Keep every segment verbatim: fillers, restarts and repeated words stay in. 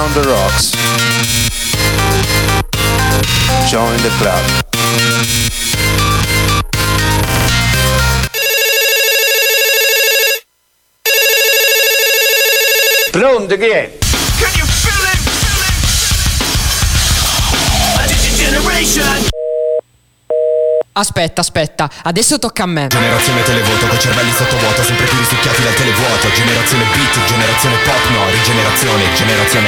on the rocks. Join the club. Pronto, chi è? Can you feel it? A digigeneration. Aspetta, aspetta, adesso tocca a me. Generazione televoto, con cervelli sottovuoto, sempre più risucchiati dal televuoto. Generazione beat, generazione pop, no, rigenerazione, generazione.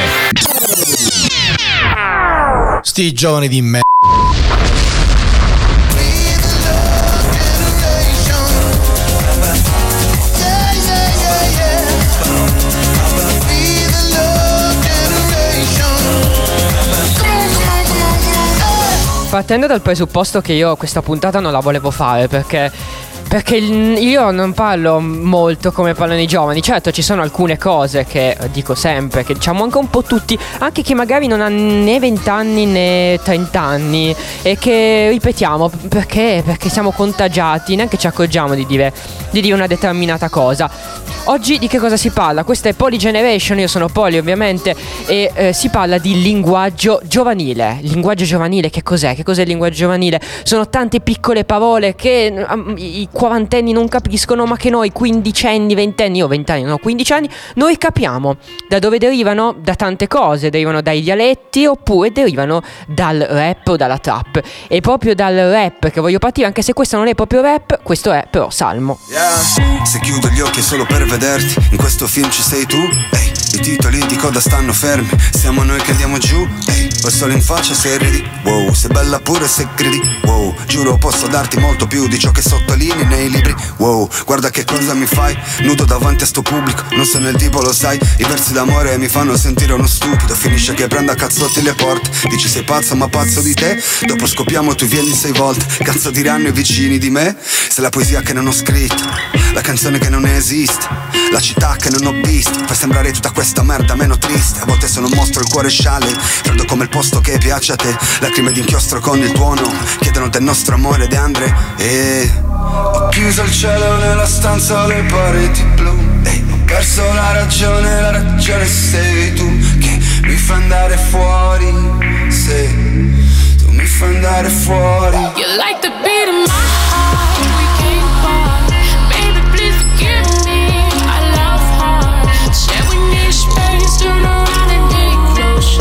Sti giovani di me. Partendo dal presupposto che io questa puntata non la volevo fare perché Perché io non parlo molto come parlano i giovani. Certo, ci sono alcune cose che dico sempre, che diciamo anche un po' tutti, anche chi magari non ha né venti anni né trenta anni, e che ripetiamo perché Perché siamo contagiati, neanche ci accorgiamo di dire, di dire una determinata cosa. Oggi di che cosa si parla? Questa è Poly Generation, io sono Poly ovviamente, e eh, si parla di linguaggio giovanile. Linguaggio giovanile, che cos'è? Che cos'è il linguaggio giovanile? Sono tante piccole parole che um, i quarantenni non capiscono, ma che noi quindicenni, ventenni, io venti anni, no, quindici anni, noi capiamo. Da dove derivano? Da tante cose, derivano dai dialetti oppure derivano dal rap o dalla trap. E proprio dal rap che voglio partire, anche se questo non è proprio rap, questo è però Salmo. Yeah. Se chiudo gli occhi è solo per vederti, in questo film ci sei tu, ehi, i titoli di coda stanno fermi, siamo noi che andiamo giù, ehi, ho il sole in faccia se ridi, wow, sei bella pure se gridi, wow, giuro posso darti molto più di ciò che sottolinei nei libri, wow, guarda che cosa mi fai, nudo davanti a sto pubblico, non sono il tipo lo sai, i versi d'amore mi fanno sentire uno stupido, finisce che prendo a cazzotti le porte, dici sei pazzo ma pazzo di te, dopo scopiamo tu vieni sei volte, cazzo diranno i vicini di me, se la poesia che non ho scritto, la canzone che non esiste, la città che non ho visto, fai sembrare tutta questa merda meno triste, a volte sono un mostro il cuore sciale, freddo come il posto che piace a te, lacrime d'inchiostro con il tuono, chiedono del nostro amore De Andre, e ho chiuso il cielo nella stanza, le pareti blu, e ho perso la ragione, la ragione sei tu, che mi fa andare fuori, se tu mi fai andare fuori. You like the beat of my heart, we came far, baby please forgive me, I love hard, said we need space, turn around and get close,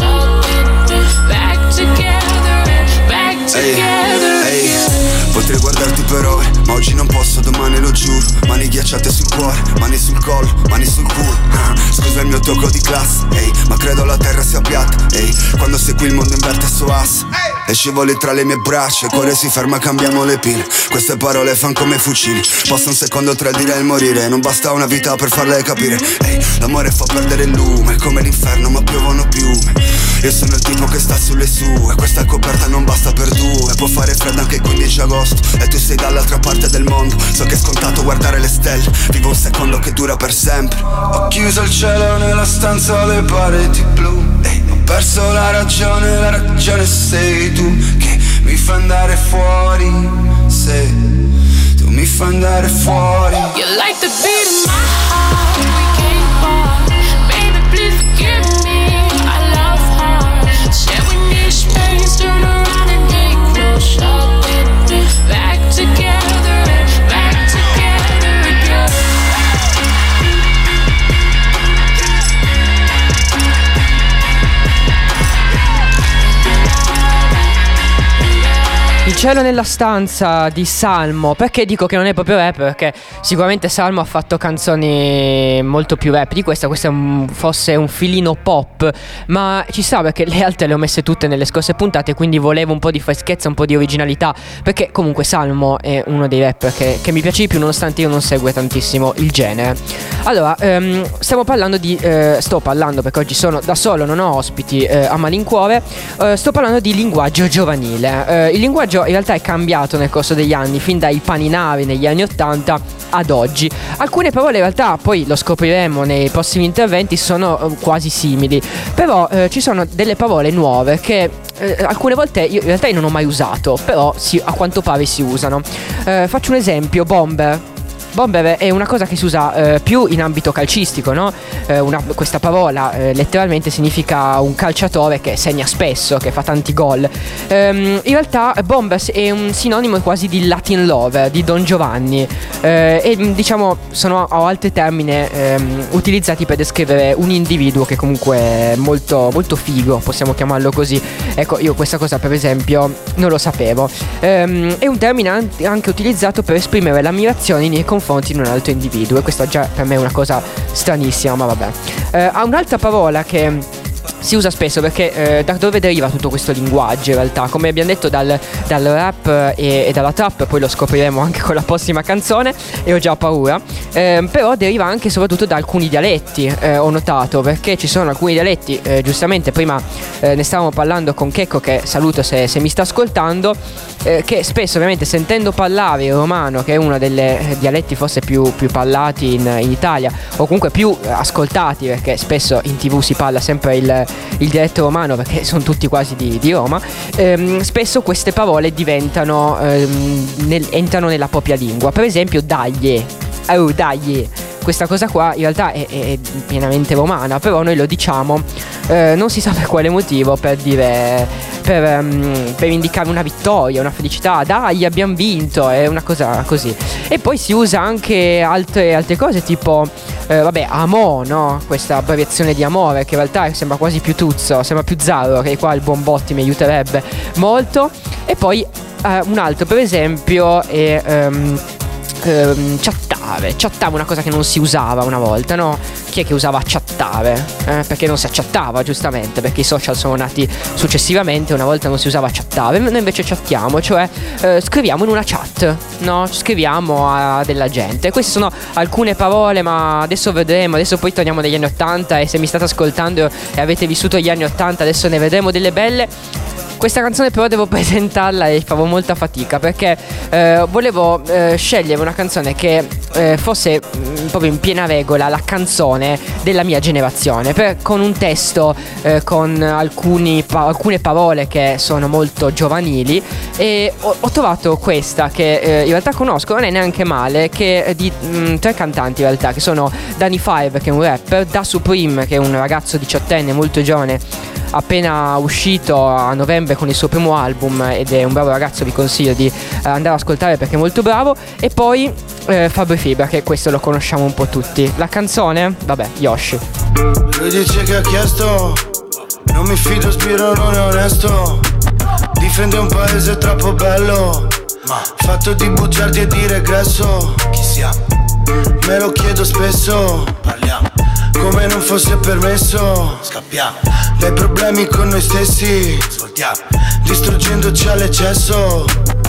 back together, back together. Hey, hey, potrei guardarti per ore, ma oggi non posso, domani lo giuro, mani ghiacciate sul cuore, mani sul collo, mani sul culo, ah, scusa il mio tocco di classe, hey, ma credo la terra sia piatta, hey, quando sei qui il mondo inverte il suo asse, e scivoli tra le mie braccia, il cuore si ferma, cambiamo le pile, queste parole fan come fucili, posso un secondo tradire il morire, non basta una vita per farle capire, hey, l'amore fa perdere il lume, come l'inferno ma piovono piume, io sono il tipo che sta sulle sue, questa coperta non basta per due, può fare freddo anche il quindici agosto, e tu sei dall'altra parte del mondo, so che è scontato guardare le stelle, vivo un secondo che dura per sempre, ho chiuso il cielo nella stanza, le pareti blu, hey, ho perso la ragione, la ragione sei tu, che mi fa andare fuori, se tu mi fai andare fuori. You like the beat of my heart, we came far, baby please forgive me, I love hard, said we need space, turn around and get close, back together, back together again. Il cielo nella stanza di Salmo. Perché dico che non è proprio rap? Perché sicuramente Salmo ha fatto canzoni molto più rap di questa. Questa è un, forse un filino pop, ma ci sta perché le altre le ho messe tutte nelle scorse puntate, quindi volevo un po' di freschezza, un po' di originalità, perché comunque Salmo è uno dei rapper che, che mi piace di più, nonostante io non segua tantissimo il genere. Allora, ehm, stiamo parlando di eh, sto parlando perché oggi sono da solo, non ho ospiti eh, a malincuore, eh, sto parlando di linguaggio giovanile. eh, Il linguaggio in realtà è cambiato nel corso degli anni, fin dai paninari negli anni ottanta ad oggi. Alcune parole in realtà, poi lo scopriremo nei prossimi interventi, sono eh, quasi simili, però eh, ci sono delle parole nuove che eh, alcune volte io in realtà io non ho mai usato, però si, a quanto pare si usano. eh, Faccio un esempio: bomber. bomber è una cosa che si usa eh, più in ambito calcistico, no? Eh, una, questa parola eh, letteralmente significa un calciatore che segna spesso, che fa tanti gol. Ehm, in realtà bombers è un sinonimo quasi di Latin lover, di Don Giovanni, eh, e diciamo sono a altri termini ehm, utilizzati per descrivere un individuo che comunque è molto, molto figo, possiamo chiamarlo così. Ecco, io questa cosa per esempio non lo sapevo. Ehm, è un termine anche utilizzato per esprimere l'ammirazione nei confronti di un altro individuo, e questo già per me è una cosa stranissima, ma vabbè. Eh, ha un'altra parola che si usa spesso perché eh, da dove deriva tutto questo linguaggio in realtà? Come abbiamo detto dal, dal rap e, e dalla trap, poi lo scopriremo anche con la prossima canzone e ho già paura, eh, però deriva anche e soprattutto da alcuni dialetti, eh, ho notato, perché ci sono alcuni dialetti, eh, giustamente prima eh, ne stavamo parlando con Checco, che saluto se, se mi sta ascoltando, eh, che spesso ovviamente sentendo parlare il romano, che è uno dei dialetti forse più, più parlati in, in Italia, o comunque più ascoltati, perché spesso in tv si parla sempre il il dialetto romano perché sono tutti quasi di, di Roma, ehm, spesso queste parole diventano ehm, nel, entrano nella propria lingua. Per esempio dagli, oh dagli, questa cosa qua in realtà è, è pienamente romana, però noi lo diciamo eh, non si sa per quale motivo, per dire per, um, per indicare una vittoria, una felicità, dai abbiamo vinto, è una cosa così. E poi si usa anche altre, altre cose tipo eh, vabbè, amo, no? Questa abbreviazione di amore che in realtà sembra quasi più tuzzo, sembra più Zarro, che qua il buon Botti mi aiuterebbe molto. E poi eh, un altro per esempio è um, um, chattare. Chattare è una cosa che non si usava una volta, no? Chi è che usava chattare? Eh, perché non si acchattava, giustamente, perché i social sono nati successivamente, una volta non si usava chattare. Noi invece chattiamo, cioè eh, scriviamo in una chat, no? Scriviamo a della gente. Queste sono alcune parole, ma adesso vedremo, adesso poi torniamo negli anni ottanta, e se mi state ascoltando e avete vissuto gli anni ottanta, adesso ne vedremo delle belle. Questa canzone però devo presentarla e farò molta fatica, perché eh, volevo eh, scegliere una canzone che eh, fosse mh, proprio in piena regola la canzone della mia generazione, per, con un testo eh, con alcuni pa- alcune parole che sono molto giovanili, e ho, ho trovato questa che eh, in realtà conosco, non è neanche male, che è di mh, tre cantanti in realtà, che sono Danny Five, che è un rapper, Da Supreme, che è un ragazzo diciottenne molto giovane, appena uscito a novembre con il suo primo album, ed è un bravo ragazzo, vi consiglio di eh, andare ad ascoltare perché è molto bravo. E poi eh, Fabri Fibra, che questo lo conosciamo un po' tutti. La canzone, vabbè, Yoshi. Lui dice che ha chiesto, non mi fido, Spiro non è onesto, difende un paese troppo bello, ma fatto di bugiardi e di regresso. Chi siamo? Me lo chiedo spesso, parliamo come non fosse permesso, scappiamo dai problemi con noi stessi, svoltiamo distruggendoci all'eccesso.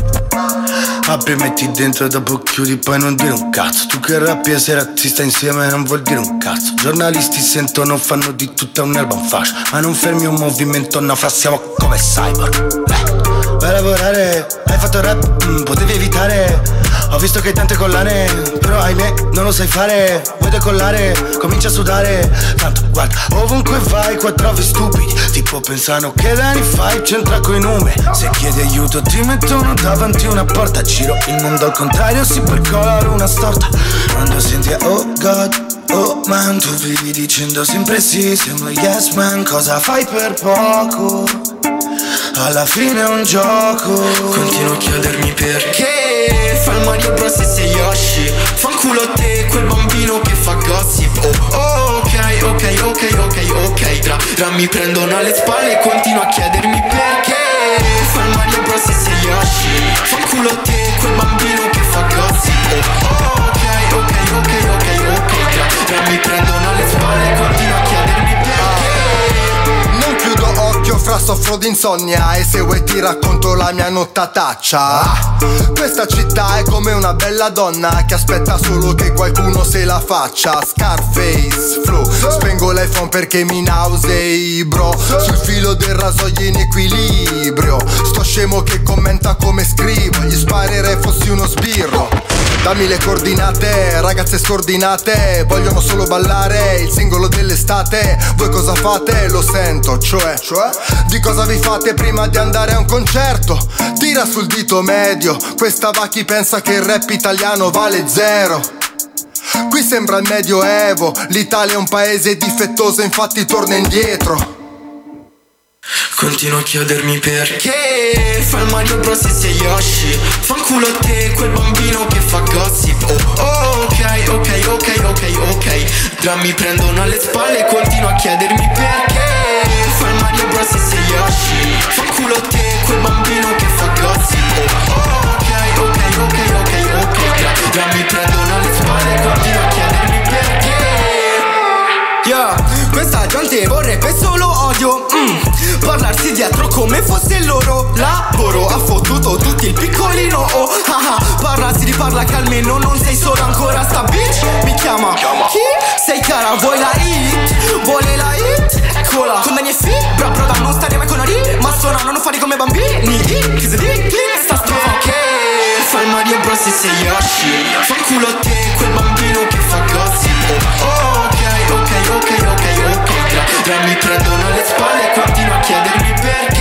Apri e metti dentro, dopo chiudi, poi non dire un cazzo. Tu che rappi e se razzi sta insieme non vuol dire un cazzo. Giornalisti sentono, fanno di tutta un'erba un fascio, ma non fermi un movimento, no, fra siamo come cyborg. eh. Vai a lavorare, hai fatto rap, mm, potevi evitare. Ho visto che hai tante collane, però ahimè non lo sai fare. Vuoi decollare, comincia a sudare. Tanto guarda, ovunque vai qua trovi stupidi, tipo pensano che Danny Five c'entra coi numeri. Se chiedi aiuto ti mettono davanti una porta, giro il mondo al contrario, si percolare una storta. Quando senti oh god, oh man, tu vivi dicendo sempre sì, sei uno yes man, cosa fai per poco? Alla fine è un gioco. Continuo a chiedermi perché fa il Mario Bros e sei Yoshi. Fanculo te, quel bambino che fa gossip. Oh, oh ok, ok, ok, ok, ok. Tra, tra mi prendono alle spalle e continuo a chiedermi perché fa il Mario Bros e sei Yoshi. Fanculo te, quel bambino che fa gossip. Oh, oh ok, ok, ok, ok, ok. Tra, tra mi prendono alle spalle e continuo a chiedermi perché. Non chiudo occhio fra soffro di insonnia, e se vuoi ti racconto la mia nottataccia. ah, Questa città è come una bella donna che aspetta solo che qualcuno se la faccia. Scarface, flow, spengo l'iPhone perché mi nausei, bro. Sul filo del rasoio in equilibrio, sto scemo che commenta come scrivo, gli sparerei fossi uno sbirro. Dammi le coordinate, ragazze scordinate, vogliono solo ballare il singolo dell'estate. Voi cosa fate? Lo sento, cioè, cioè? Di cosa vi fate prima di andare a un concerto? Tira sul dito medio, questa va chi pensa che il rap italiano vale zero. Qui sembra il medioevo, l'Italia è un paese difettoso, infatti torna indietro. Continuo a chiedermi perché fa il Mario Bros e sei Yoshi. Fanculo te, quel bambino che fa gossip. Oh, oh, ok, ok, ok, ok, ok. Tra mi prendono alle spalle e continuo a chiedermi perché fa il Mario Bros e sei Yoshi. Fanculo te, quel bambino che fa gossip. Oh, oh, ok, ok, ok, ok, ok. Tra, tra mi prendono alle spalle e continuo a chiedermi perché. Yeah, questa gente vorrebbe solo odio, mm. Parlarsi dietro come fosse il loro lavoro. Ha fottuto tutti il piccolino, oh, haha. Parlarsi di parla che almeno non sei solo ancora sta bitch. Mi chiama, chi? Sei cara, vuoi la hit? Vuole la hit? Eccola, con Dani e Fi, bra bra da non stare mai con Ari. Ma suonano, non fare come bambini. Chi se di, chi? Sta strofa che fa il Mario Bros e sei Yoshi. Fanculo te, quel bambino che fa gossip. Oh, oh, ok, ok, ok, ok, ok. Tra, tra mi prendono alle spalle e continuo a chiedermi perché.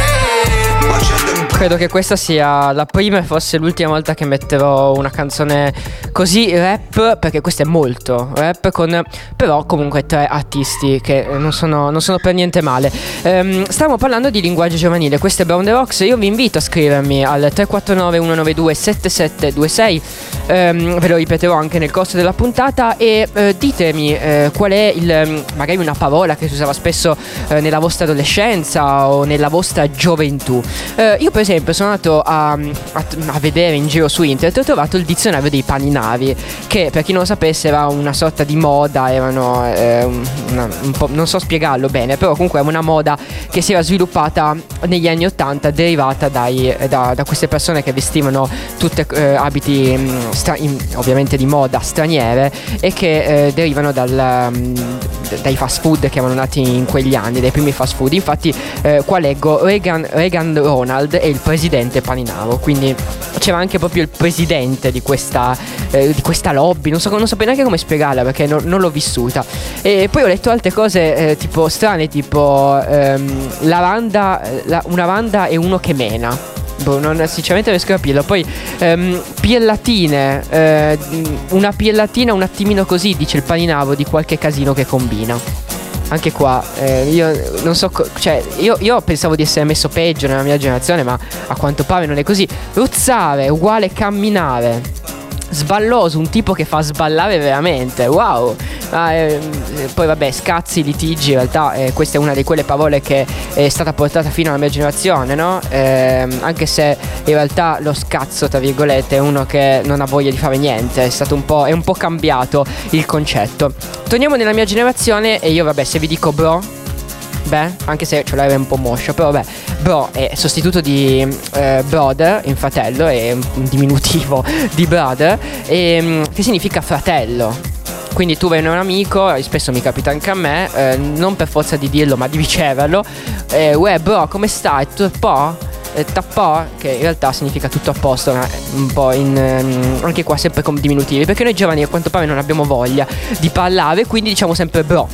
Credo che questa sia la prima e forse l'ultima volta che metterò una canzone così rap, perché questa è molto rap, con però comunque tre artisti che non sono, non sono per niente male. Ehm, stavamo parlando di linguaggio giovanile, questo è Brown the Rocks. Io vi invito a scrivermi al tre quattro nove uno nove due sette sette due sei, ehm, ve lo ripeterò anche nel corso della puntata, e eh, ditemi eh, qual è il, magari una parola che si usava spesso eh, nella vostra adolescenza o nella vostra gioventù. Eh, io per esempio sono andato a, a, a vedere in giro su internet e ho trovato il dizionario dei paninavi, che per chi non lo sapesse era una sorta di moda, erano eh, una, un po', non so spiegarlo bene, però comunque era una moda che si era sviluppata negli anni ottanta, derivata dai, da, da queste persone che vestivano tutte eh, abiti mh, stra- in, ovviamente di moda straniere, e che eh, derivano dal, mh, dai fast food che erano nati in quegli anni, dai primi fast food. Infatti eh, qua leggo Reagan, Reagan Ronald e il presidente Paninaro, quindi c'era anche proprio il presidente di questa, eh, di questa lobby. Non so, non sapevo neanche come spiegarla perché non, non l'ho vissuta. E poi ho letto altre cose eh, tipo strane, tipo ehm, lavanda, la, una lavanda e uno che mena. Boh, non, sinceramente non riesco a capirlo. Poi ehm, piellatine, eh, una piellatina un attimino così, dice il Paninaro, di qualche casino che combina. Anche qua eh, io non so co- cioè io, io pensavo di essere messo peggio nella mia generazione, ma a quanto pare non è così. Ruzzare uguale camminare. Sballoso, un tipo che fa sballare veramente. Wow. ah, eh, Poi vabbè, scazzi, litigi. In realtà eh, questa è una di quelle parole che è stata portata fino alla mia generazione, no? Eh, anche se in realtà lo scazzo, tra virgolette, è uno che non ha voglia di fare niente. È stato un po', è un po' cambiato il concetto. Torniamo nella mia generazione e io vabbè, se vi dico bro, beh, anche se ce l'aveva un po' moscio, però vabbè, bro è sostituto di eh, brother, in fratello, è un diminutivo di brother, e, che significa fratello. Quindi tu vai da un amico, spesso mi capita anche a me, eh, non per forza di dirlo ma di riceverlo, eh, uè bro, come stai? Tu po'? Eh, tappò, che in realtà significa tutto a posto, ma un po' in um, anche qua sempre come diminutivi, perché noi giovani a quanto pare non abbiamo voglia di parlare, quindi diciamo sempre bro.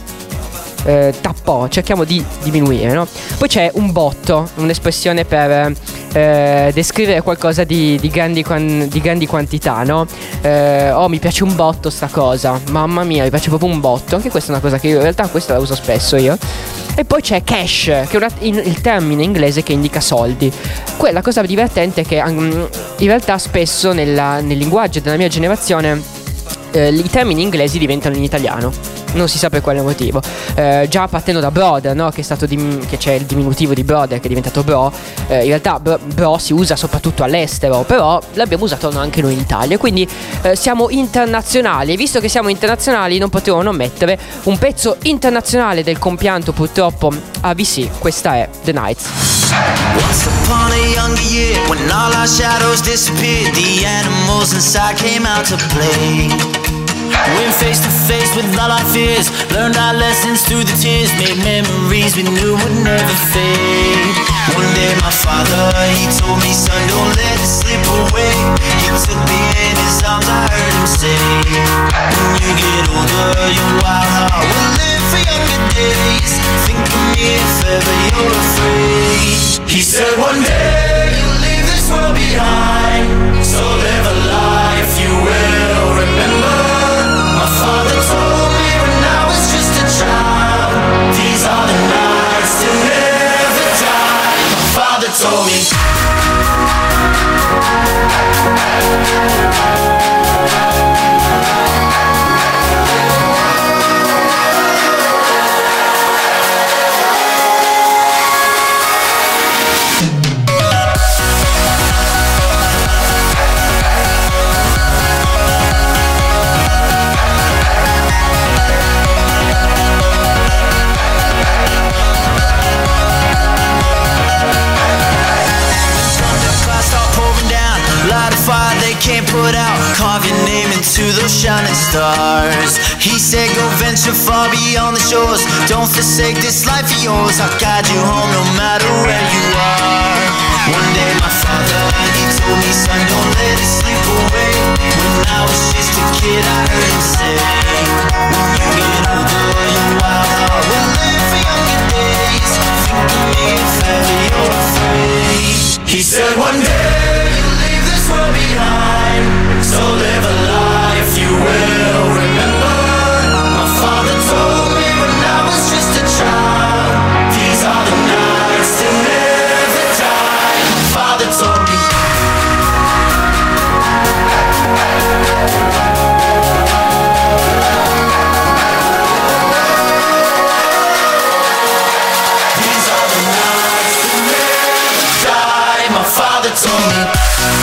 Eh, tappò, cerchiamo di diminuire, no? Poi c'è un botto, un'espressione per eh, descrivere qualcosa di, di, grandi, di grandi quantità, no? Eh, oh, mi piace un botto sta cosa, mamma mia, mi piace proprio un botto. Anche questa è una cosa che io in realtà questa la uso spesso io. E poi c'è cash, che è una, in, il termine inglese che indica soldi. Quella cosa divertente è che um, in realtà spesso nella, nel linguaggio della mia generazione eh, i termini inglesi diventano in italiano. Non si sa per quale motivo. eh, Già partendo da brother, no? Che è stato dim- che c'è il diminutivo di brother, che è diventato bro. eh, In realtà bro, bro si usa soprattutto all'estero, però l'abbiamo usato anche noi in Italia. Quindi eh, siamo internazionali. E visto che siamo internazionali non potevo non mettere un pezzo internazionale del compianto purtroppo A V C. Questa è The Nights. Once upon a younger year, when all our shadows disappeared, the animals inside came out to play. Went face to face with all our fears, learned our lessons through the tears, made memories we knew would never fade. One day my father, he told me, son, don't let it slip away. He took me in his arms, I heard him say, when you get older, your wild heart will live for younger days. Think of me if ever you're afraid. He said one day you'll leave this world behind, so live a life you will remember. My father Can't put out, carve your name into those shining stars. He said go venture far beyond the shores. Don't forsake this life of yours. I'll guide you home no matter where you are. One day my father, he told me, son, don't let it slip away. When I was just a kid I heard him say, when you get older your wild heart will live for younger days. Think of me if ever you're afraid. He said one day you'll leave this world behind, so live a life you will remember. My father told me when I was just a child, these are the nights to never die. My father told me. These are the nights to never die. My father told me.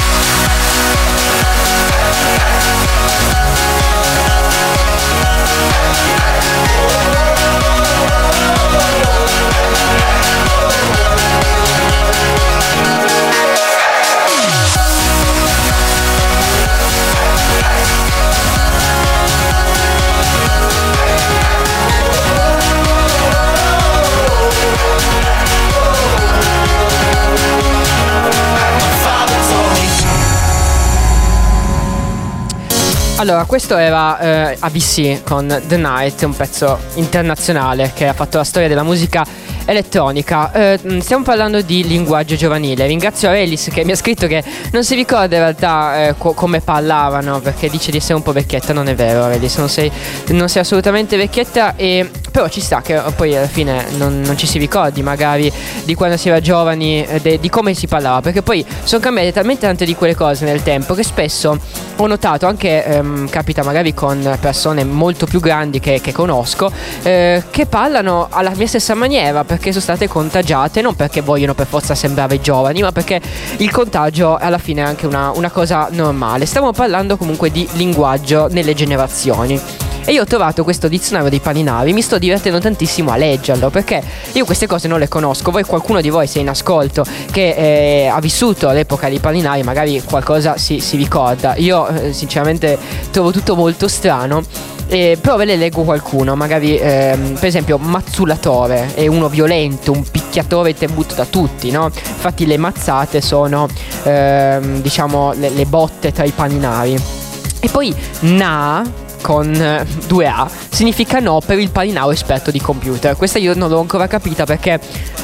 Allora, questo era eh, A B C con The Night, un pezzo internazionale che ha fatto la storia della musica elettronica. Eh, stiamo parlando di linguaggio giovanile. Ringrazio Arelis che mi ha scritto che non si ricorda in realtà eh, co- come parlavano, perché dice di essere un po' vecchietta. Non è vero, Arelis, non sei, non sei assolutamente vecchietta, e però ci sta che poi alla fine non, non ci si ricordi magari di quando si era giovani, eh, de, di come si parlava, perché poi sono cambiate talmente tante di quelle cose nel tempo che spesso ho notato anche, ehm, capita magari con persone molto più grandi che, che conosco, eh, che parlano alla mia stessa maniera, perché sono state contagiate, non perché vogliono per forza sembrare giovani, ma perché il contagio alla fine è anche una, una cosa normale. Stiamo parlando comunque di linguaggio nelle generazioni. E io ho trovato questo dizionario dei paninari, mi sto divertendo tantissimo a leggerlo, perché io queste cose non le conosco. Voi, qualcuno di voi, se in ascolto, che eh, ha vissuto l'epoca dei paninari, magari qualcosa si, si ricorda. Io eh, sinceramente trovo tutto molto strano. Eh, però ve ne leggo qualcuno, magari ehm, per esempio mazzulatore è uno violento, un picchiatore tembuto da tutti, no? Infatti le mazzate sono ehm, diciamo le, le botte tra i paninari. E poi na con eh, due A significa no per il paninaro esperto di computer. Questa io non l'ho ancora capita, perché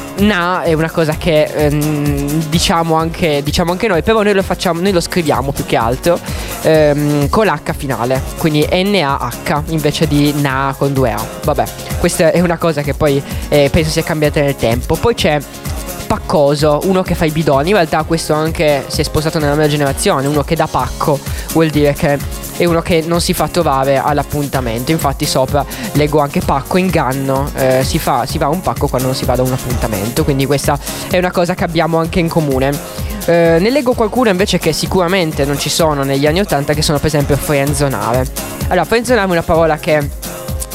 na è una cosa che ehm, diciamo anche diciamo anche noi, però noi lo facciamo, noi lo scriviamo più che altro ehm, con l'H finale, quindi N A H invece di na con due A. Vabbè, questa è una cosa che poi eh, penso sia cambiata nel tempo. Poi c'è paccoso, uno che fa i bidoni. In realtà questo anche si è spostato nella mia generazione. Uno che dà pacco vuol dire che è uno che non si fa trovare all'appuntamento. Infatti sopra leggo anche pacco, inganno, eh, si fa si va a un pacco quando non si va da un appuntamento. Quindi questa è una cosa che abbiamo anche in comune. eh, Ne leggo qualcuno invece che sicuramente non ci sono negli anni ottanta, che sono per esempio frenzonare. Allora, frenzonare è una parola che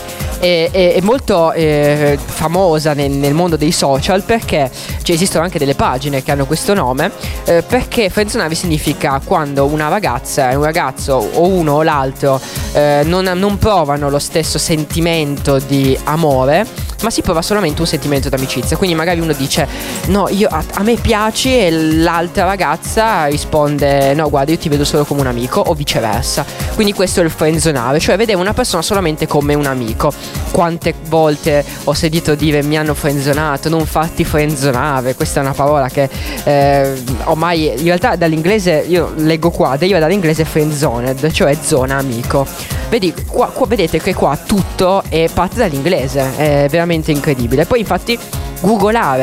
È, è, è molto eh, famosa nel, nel mondo dei social, perché cioè, esistono anche delle pagine che hanno questo nome, eh, perché frenzonare significa quando una ragazza, un ragazzo o uno o l'altro eh, non, non provano lo stesso sentimento di amore, ma si prova solamente un sentimento d'amicizia. Quindi magari uno dice no, io a, a me piaci, e l'altra ragazza risponde no, guarda, io ti vedo solo come un amico, o viceversa. Quindi questo è il frenzonare, cioè vedere una persona solamente come un amico. Quante volte ho sentito dire mi hanno frenzonato, non farti frenzonare. Questa è una parola che eh, ormai in realtà dall'inglese, io leggo qua, deriva dall'inglese friendzoned, cioè zona amico. Vedi, qua, qua vedete che qua tutto è parte dall'inglese, è veramente incredibile. Poi infatti googolare,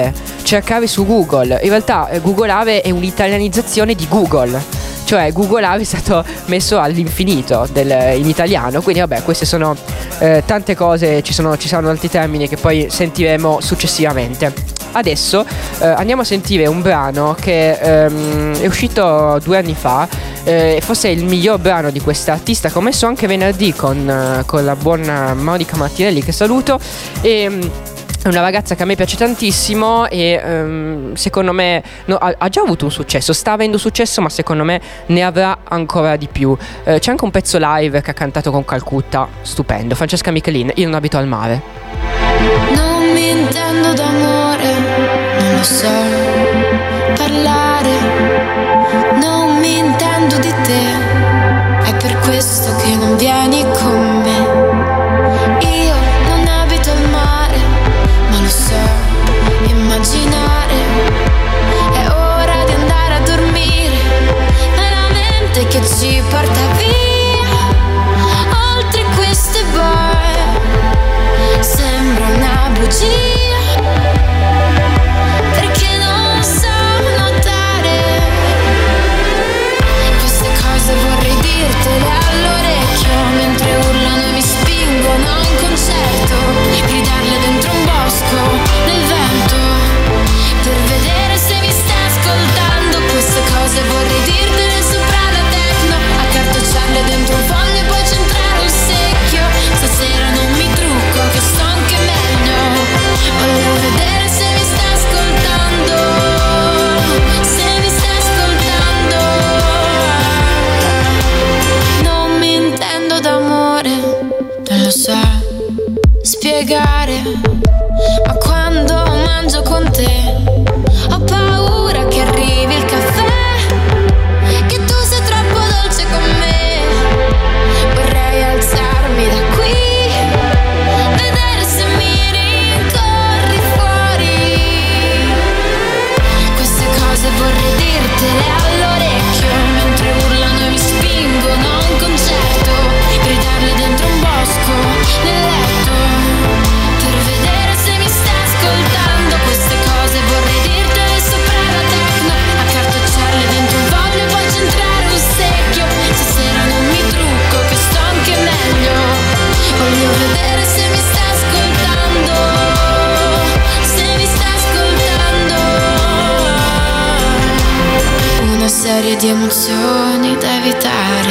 cercavi su Google. In realtà eh, Google Ave è un'italianizzazione di Google, cioè Google Ave è stato messo all'infinito del, in italiano. Quindi vabbè, queste sono eh, tante cose, ci, sono, ci saranno altri termini che poi sentiremo successivamente. Adesso eh, andiamo a sentire un brano che ehm, è uscito due anni fa, eh, forse è il miglior brano di questa artista che ho messo anche venerdì con, eh, con la buona Monica Martinelli, che saluto. E è una ragazza che a me piace tantissimo e um, secondo me no, ha, ha già avuto un successo, sta avendo successo, ma secondo me ne avrà ancora di più. Eh, c'è anche un pezzo live che ha cantato con Calcutta, stupendo. Francesca Michelin, Io non abito al mare. Non mi intendo d'amore, non lo so parlare, non mi intendo di te, è per questo che non vieni con me. Io non abito al mare, ma lo so immaginare, è ora di andare a dormire, nella mente che ci porta via, oltre queste bar, sembra una bugia, perché non so notare queste cose, vorrei dirtele all'orecchio, mentre urlano e mi spingono a un concerto, gridarle dentro un bosco, nel vento, per vedere se mi stai ascoltando. Queste cose vorrei dirtele sopra la techno, accartocciarle dentro un foglio e poi centrare un secchio. Stasera non mi trucco, che sto anche meglio, voglio vedere se mi stai ascoltando, se mi stai ascoltando. Non mi intendo d'amore, non lo so spiegare, ma quando mangio con te ho paura che arrivi il caffè, che tu sei troppo dolce con me. Vorrei alzarmi da qui, vedere se mi rincorri fuori. Queste cose vorrei dirtele all'orecchio, mentre urlano e mi spingono a un concerto, gridarle dentro un bosco, nel letto, per vedere se mi stai ascoltando. Queste cose vorrei dirtele sopra la techno, accartocciarle dentro un foglio e poi centrare un secchio. Stasera non mi trucco, che sto anche meglio, voglio vedere se mi stai ascoltando, se mi stai ascoltando. Una serie di emozioni da evitare,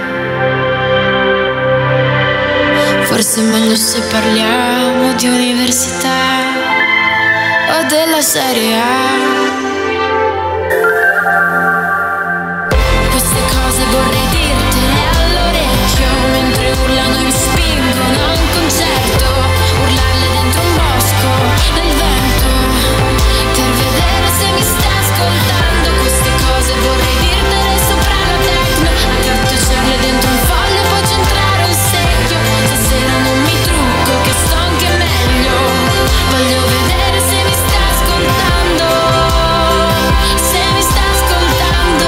forse è meglio se parliamo di università o della Serie A. Queste cose vorrei dirtele all'orecchio, mentre urlano e mi spingono a un concerto, urlarle dentro un bosco, nel vento, per vedere se mi stai ascoltando. Queste cose vorrei dirtele sopra la techno, accartocciarle dentro un foglio e poi centrare un secchio. Stasera non mi trucco, che sto anche meglio, voglio vedere se mi stai ascoltando, se mi stai ascoltando.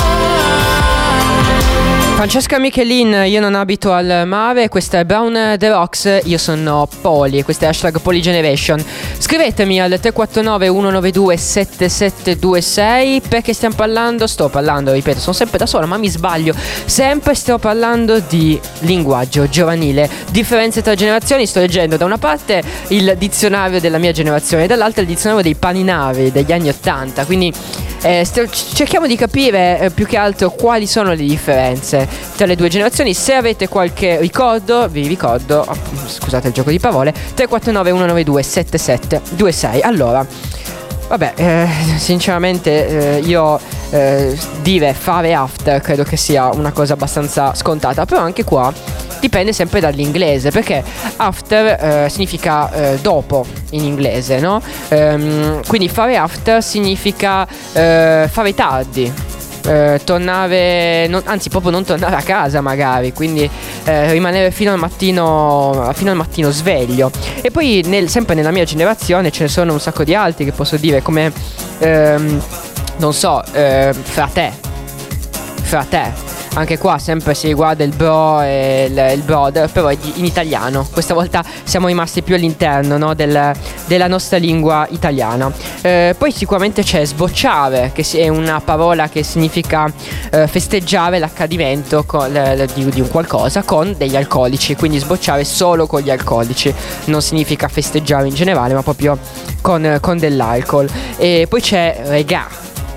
Francesca Michelin, Io non abito al mare. Questa è Brown The Rocks, io sono Poli. Questa è hashtag Polygeneration. Scrivetemi al tre quattro nove uno nove due sette sette due sei, perché stiamo parlando, sto parlando, ripeto, sono sempre da sola ma mi sbaglio sempre, sto parlando di linguaggio giovanile, differenze tra generazioni. Sto leggendo da una parte il dizionario della mia generazione e dall'altra il dizionario dei paninari degli anni ottanta, quindi eh, st- cerchiamo di capire eh, più che altro quali sono le differenze tra le due generazioni. Se avete qualche ricordo, vi ricordo, oh, scusate il gioco di parole, tre quattro nove uno nove due sette sette due sei. Allora, vabbè, eh, sinceramente eh, io eh, dire fare after credo che sia una cosa abbastanza scontata, però anche qua dipende sempre dall'inglese, perché after eh, significa eh, dopo in inglese, no? Ehm, quindi fare after significa eh, fare tardi, eh, tornare, non, anzi proprio non tornare a casa magari, quindi eh, rimanere fino al mattino fino al mattino sveglio. E poi nel, sempre nella mia generazione ce ne sono un sacco di altri che posso dire, come ehm, non so, eh, frate frate Anche qua sempre si riguarda il bro e il, il brother, però è di- in italiano. Questa volta siamo rimasti più all'interno, no, del- della nostra lingua italiana. Eh, poi sicuramente c'è sbocciare, che si- è una parola che significa eh, festeggiare l'accadimento con- le- le- di, di un qualcosa con degli alcolici. Quindi sbocciare solo con gli alcolici, non significa festeggiare in generale, ma proprio con, con dell'alcol. E poi c'è regà,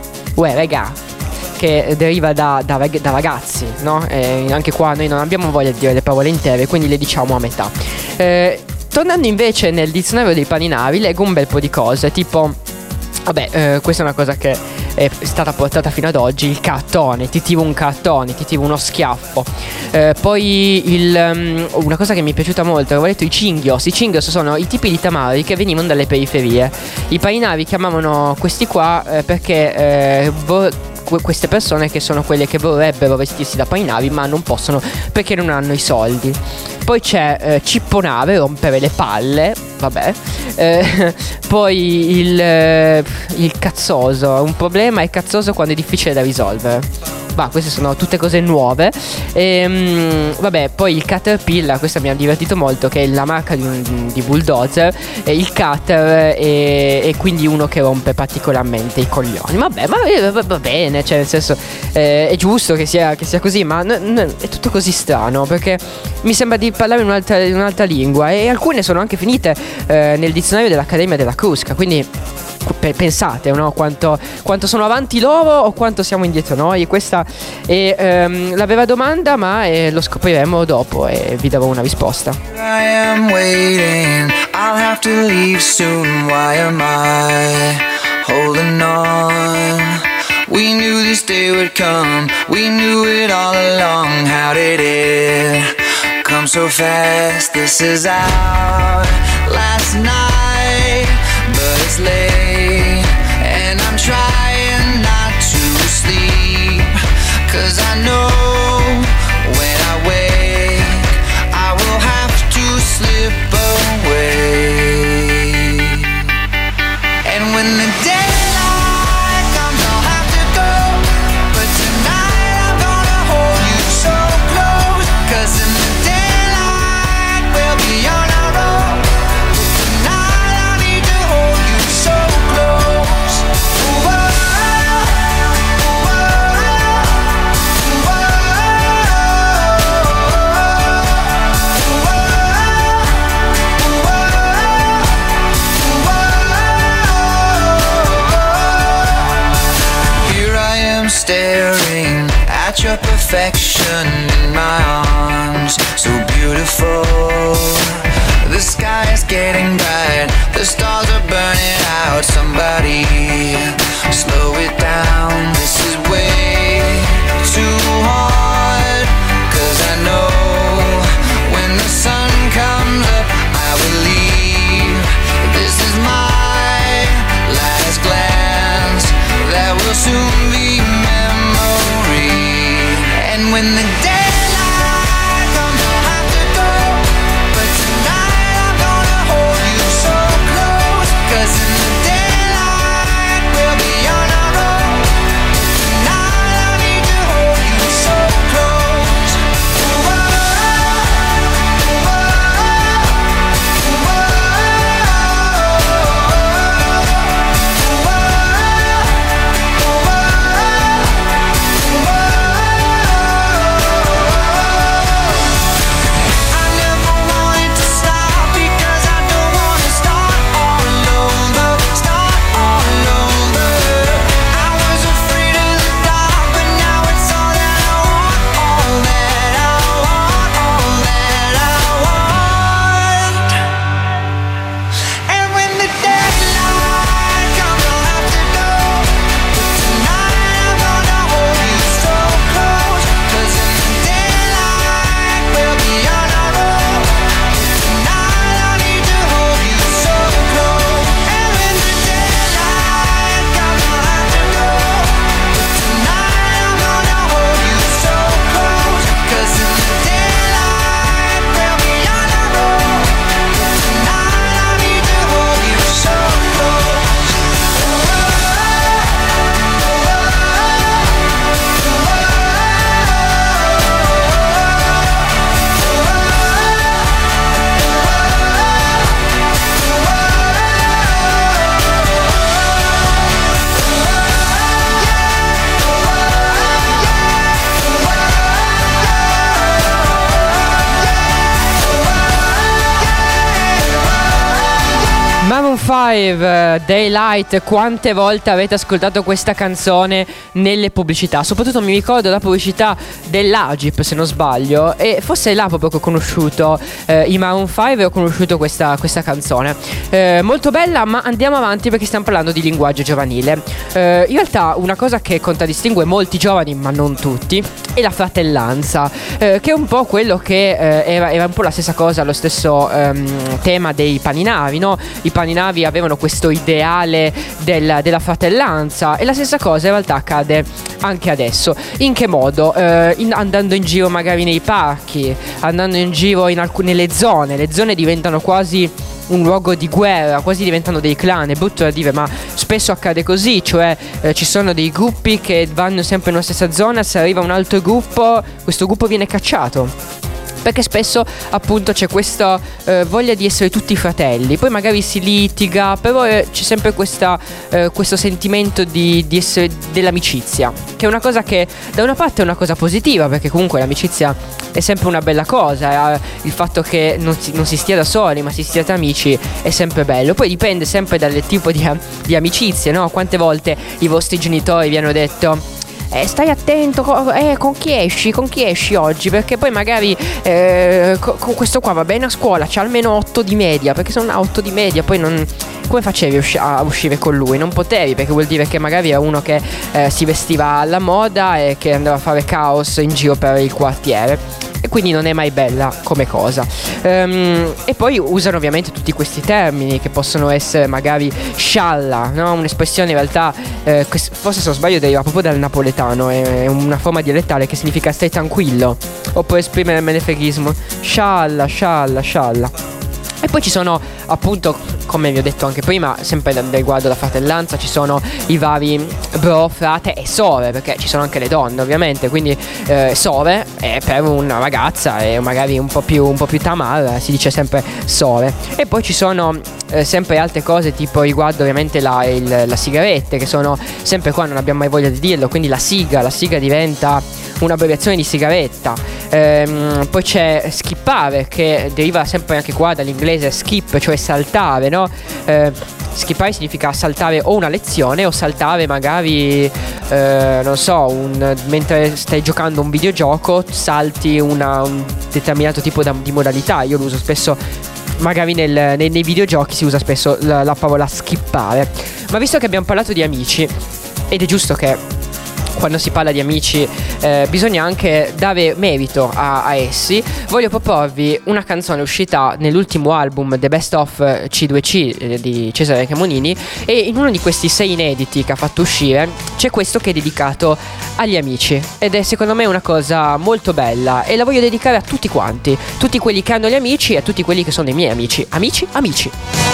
uè regà, che deriva da, da, rag- da ragazzi, no? E anche qua noi non abbiamo voglia di dire le parole intere, quindi le diciamo a metà. Eh, tornando invece nel dizionario dei paninari, leggo un bel po' di cose, tipo... Vabbè, eh, questa è una cosa che è stata portata fino ad oggi: il cartone, ti tiro un cartone, ti tiro uno schiaffo. Eh, poi il, um, una cosa che mi è piaciuta molto, avevo detto i cinghios. I cinghios sono i tipi di tamari che venivano dalle periferie. I paninari chiamavano questi qua eh, perché eh, vo- queste persone che sono quelle che vorrebbero vestirsi da paninari ma non possono perché non hanno i soldi. Poi c'è eh, cipponare, rompere le palle, vabbè. Eh, poi il, eh, il cazzoso, un problema è cazzoso quando è difficile da risolvere. Ma queste sono tutte cose nuove. E, mm, vabbè, poi il Caterpillar, questo mi ha divertito molto, che è la marca di, un, di bulldozer. E il Cater è, è quindi uno che rompe particolarmente i coglioni. Vabbè, ma va, va bene, cioè nel senso eh, è giusto che sia, che sia così, ma n- n- è tutto così strano, perché mi sembra di parlare in un'altra, in un'altra lingua. E alcune sono anche finite eh, nel dizionario dell'Accademia della Crusca, quindi... pensate, no? quanto, quanto sono avanti loro o quanto siamo indietro noi. Questa è ehm, la vera domanda, ma eh, lo scopriremo dopo e vi darò una risposta. I am waiting, I'll have to leave soon. Why am I holding on? We knew this day would come, we knew it all along. How did it come so fast? This is our last night, but it's late, and I'm trying not to sleep, 'cause I know when I wake I will have to slip away. And when the daylight comes I'll have to go, but tonight I'm gonna hold you so close, 'cause in the daylight we'll be on our own. Staring at your perfection in my arms, so beautiful. The sky is getting bright, the stars are burning out. Somebody slow it down, this is way too hard. 'Cause I know when the sun comes up I will leave. This is my last glance, that will soon be memory. And when the daylight comes I'll have to go, but tonight I'm gonna hold you so close, 'cause in the daylight we'll be on our own. Tonight I need to hold you so close. Ooh, oh, ooh, oh, ooh, oh, ooh, oh, ooh, oh. Maroon five, Daylight. Quante volte avete ascoltato questa canzone nelle pubblicità? Soprattutto mi ricordo la pubblicità dell'Agip, se non sbaglio, e forse è là proprio che ho conosciuto eh, i Maroon five e ho conosciuto questa, questa canzone. Eh, molto bella, ma andiamo avanti perché stiamo parlando di linguaggio giovanile. Eh, in realtà una cosa che contraddistingue molti giovani, ma non tutti, è la fratellanza, eh, che è un po' quello che eh, era, era un po' la stessa cosa, lo stesso ehm, tema dei paninavi, no? I paninavi avevano questo ideale del, della fratellanza, e la stessa cosa in realtà accade anche adesso. In che modo? Eh, in, andando in giro magari nei parchi, andando in giro in alcune le zone, le zone diventano quasi un luogo di guerra, quasi diventano dei clan. È brutto da dire, ma spesso accade così, cioè eh, ci sono dei gruppi che vanno sempre nella stessa zona, se arriva un altro gruppo, questo gruppo viene cacciato. Perché spesso appunto c'è questa eh, voglia di essere tutti fratelli. Poi magari si litiga, però eh, c'è sempre questa, eh, questo sentimento di, di essere dell'amicizia, che è una cosa che da una parte è una cosa positiva, perché comunque l'amicizia è sempre una bella cosa. eh, Il fatto che non si, non si stia da soli, ma si stia da amici, è sempre bello. Poi dipende sempre dal tipo di, di amicizie, no? Quante volte i vostri genitori vi hanno detto Eh, stai attento, eh, con chi esci, con chi esci oggi, perché poi magari eh, con questo qua va bene a scuola, c'ha almeno otto di media, perché se non ha otto di media poi non... Come facevi usci- a uscire con lui? Non potevi, perché vuol dire che magari era uno che eh, si vestiva alla moda e che andava a fare caos in giro per il quartiere, e quindi non è mai bella come cosa. Um, e poi usano ovviamente tutti questi termini che possono essere magari scialla, no? Un'espressione in realtà eh, forse se non sbaglio deriva proprio dal napoletano, è una forma dialettale che significa stai tranquillo, o può esprimere il menefreghismo, scialla, scialla, scialla. E poi ci sono appunto, come vi ho detto anche prima, sempre riguardo la fratellanza, ci sono i vari bro, frate e sore, perché ci sono anche le donne ovviamente, quindi eh, sore è per una ragazza e magari un po' più, un po' più tamarra, si dice sempre sore. E poi ci sono eh, sempre altre cose, tipo riguardo ovviamente la, il, la sigarette, che sono sempre qua, non abbiamo mai voglia di dirlo, quindi la siga, la siga diventa un'abbreviazione di sigaretta. Ehm, poi c'è skippare, che deriva sempre anche qua dall'inglese skip, cioè saltare, no? Eh, skippare significa saltare o una lezione o saltare magari eh, non so, un, mentre stai giocando un videogioco salti una, un determinato tipo da, di modalità. Io lo uso spesso, magari nel, nei, nei videogiochi si usa spesso la, la parola skippare. Ma visto che abbiamo parlato di amici, ed è giusto che quando si parla di amici eh, bisogna anche dare merito a, a essi, voglio proporvi una canzone uscita nell'ultimo album The Best of C due C eh, di Cesare Cremonini, e in uno di questi sei inediti che ha fatto uscire c'è questo che è dedicato agli amici, ed è secondo me una cosa molto bella, e la voglio dedicare a tutti quanti, tutti quelli che hanno gli amici e a tutti quelli che sono i miei amici. Amici, amici.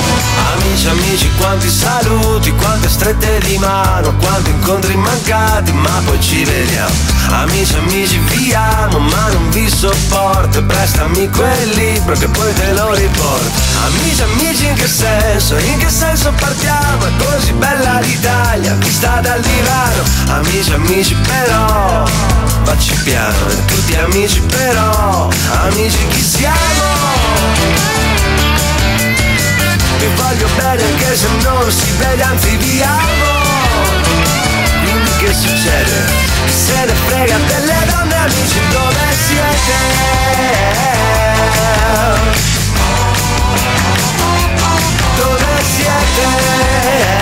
Amici, amici, quanti saluti, quante strette di mano, quanti incontri mancati, ma poi ci vediamo. Amici, amici, vi amo, ma non vi sopporto, prestami quel libro che poi te lo riporto. Amici, amici, in che senso, in che senso partiamo, è così bella l'Italia, vista dal divano. Amici, amici, però, facci piano, e tutti amici però, amici chi siamo? Vi voglio bene anche se non si vede, anzi vi amo. Quindi che succede? Chi se ne frega delle donne, amici, dove siete? Dove siete?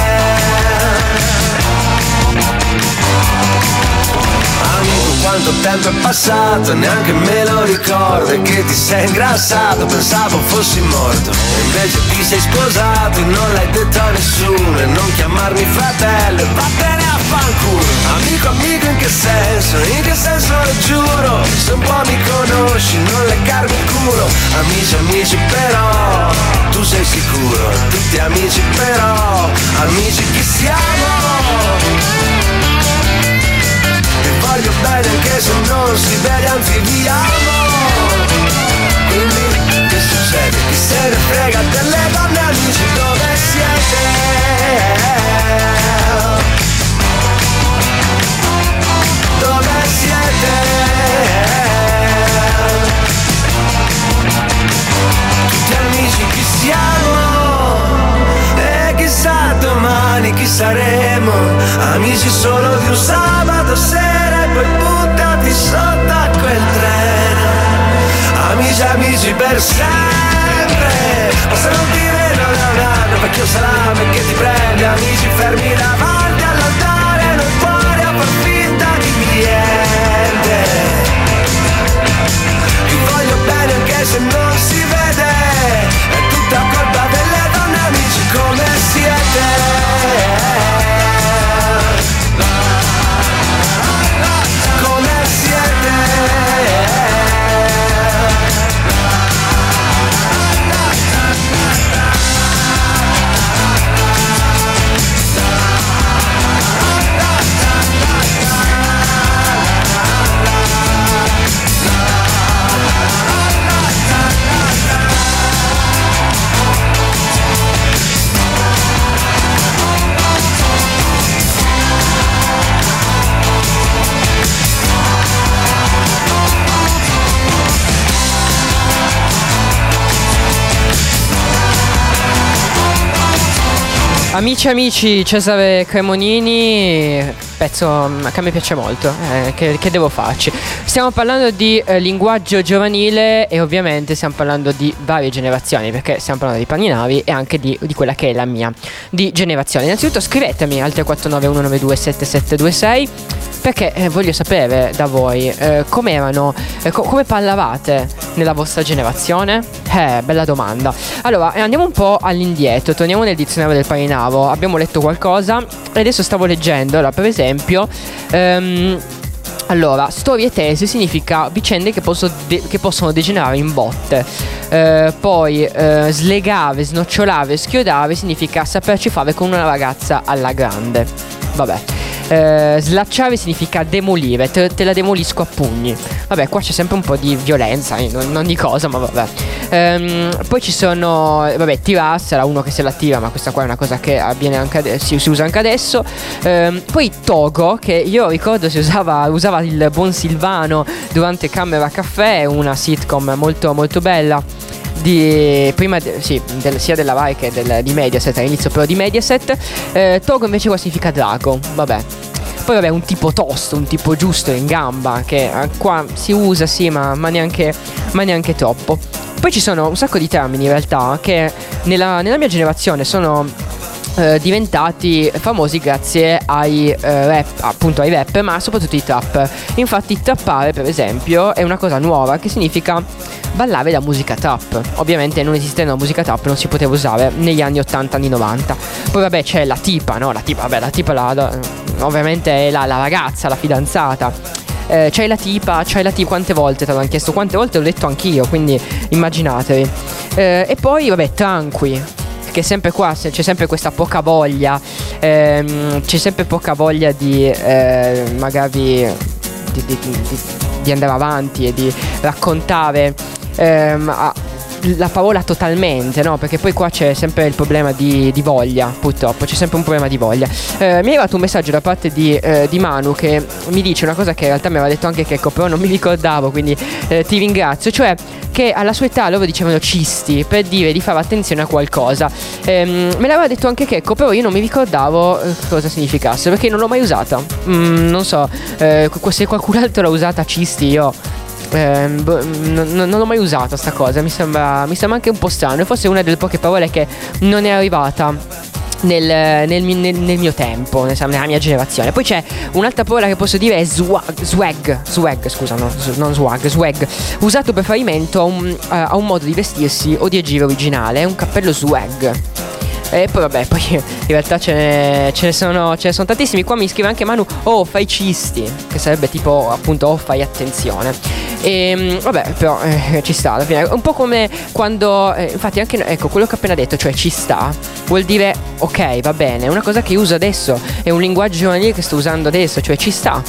Amico, quanto tempo è passato, neanche me lo ricordo, e che ti sei ingrassato, pensavo fossi morto, e invece ti sei sposato e non l'hai detto a nessuno, e non chiamarmi fratello, e vattene a fanculo. Amico, amico, in che senso, in che senso lo giuro, se un po' mi conosci non leccarmi il culo. Amici, amici però, tu sei sicuro, tutti amici però, amici chi siamo? Voglio bene anche se non si vede, anzi vi amo. Quindi che succede? Chi se ne frega delle donne, amici, dove siete? Dove siete? Tutti amici chi siamo? saremo amici solo di un sabato sera e poi buttati sotto a quel treno. Amici, amici per sempre, ma se non ti vedo da un anno vecchio salame che ti prende. Amici fermi davanti all'altare, noi fuori a far finta di niente. Vi voglio bene anche se non si vede, è tutta colpa delle donne. Amici come siete? Amici amici, Cesare Cremonini, pezzo che a me piace molto, eh, che, che devo farci. Stiamo parlando di eh, linguaggio giovanile e ovviamente stiamo parlando di varie generazioni, perché stiamo parlando di Paninari e anche di, di quella che è la mia di generazione. Innanzitutto scrivetemi al tre quattro nove uno nove due sette sette due sei, perché eh, voglio sapere da voi eh, come erano, eh, co- come parlavate nella vostra generazione. Eh, bella domanda. Allora, eh, andiamo un po' all'indietro, torniamo nel dizionario del Paninaro. Abbiamo letto qualcosa e adesso stavo leggendo. Allora, per esempio, ehm, allora, storie tese significa vicende che, posso de- che possono degenerare in botte. Eh, poi eh, slegare, snocciolare, schiodare significa saperci fare con una ragazza alla grande. Vabbè. Eh, slacciare significa demolire, te, te la demolisco a pugni. Vabbè, qua c'è sempre un po' di violenza, non, non di cosa, ma vabbè. Ehm, poi ci sono, vabbè, tirarsela, uno che se la tira, ma questa qua è una cosa che avviene anche adesso, si, si usa anche adesso. Ehm, poi togo, che io ricordo si usava, usava il buon Silvano durante Camera Caffè, una sitcom molto molto bella. Di prima de, sì, del, sia della Rai che del, di Mediaset, all'inizio però di Mediaset. eh, Togo invece qua significa drago, vabbè. Poi vabbè, un tipo tosto, un tipo giusto in gamba, che eh, qua si usa sì, ma, ma, neanche, ma neanche troppo. Poi ci sono un sacco di termini in realtà che nella, nella mia generazione sono Eh, diventati famosi grazie ai eh, rap, appunto ai rap, ma soprattutto i trap. Infatti trappare, per esempio, è una cosa nuova che significa ballare la musica trap. Ovviamente non esiste una musica trap, non si poteva usare negli anni ottanta, anni novanta. Poi vabbè c'è la tipa, no? La tipa, vabbè, la tipa la, la, ovviamente è la, la ragazza, la fidanzata. Eh, c'hai la tipa, c'hai la tipa, quante volte te l'hanno chiesto, quante volte l'ho detto anch'io, quindi immaginatevi. Eh, e poi vabbè, tranqui, che sempre qua c'è sempre questa poca voglia, ehm, c'è sempre poca voglia di eh, magari di, di, di, di andare avanti e di raccontare ehm, a, la parola totalmente, no? Perché poi qua c'è sempre il problema di, di voglia, purtroppo c'è sempre un problema di voglia. eh, Mi è arrivato un messaggio da parte di, eh, di Manu, che mi dice una cosa che in realtà mi aveva detto anche Checco, però non mi ricordavo, quindi eh, ti ringrazio. Cioè che alla sua età loro dicevano cisti per dire di fare attenzione a qualcosa. ehm, Me l'aveva detto anche Checco, però io non mi ricordavo eh, cosa significasse, perché non l'ho mai usata. mm, Non so, eh, se qualcun altro l'ha usata cisti, io Eh, boh, non, non l'ho mai usata sta cosa. Mi sembra, mi sembra anche un po' strano. Forse è una delle poche parole che non è arrivata nel, nel, nel, nel mio tempo, nella mia generazione. Poi c'è un'altra parola che posso dire, è swag. Swag, swag scusa, no, non swag, swag, usato per riferimento a un, a un modo di vestirsi o di agire originale. È un cappello swag. E poi vabbè, poi in realtà ce ne, ce ne sono ce ne sono tantissimi. Qua mi scrive anche Manu, oh fai cisti, che sarebbe tipo appunto oh fai attenzione. E vabbè, però eh, ci sta alla fine. Un po' come quando eh, infatti anche, ecco, quello che ho appena detto, cioè ci sta, vuol dire ok, va bene. È una cosa che uso adesso, è un linguaggio giovanile che sto usando adesso, cioè ci sta.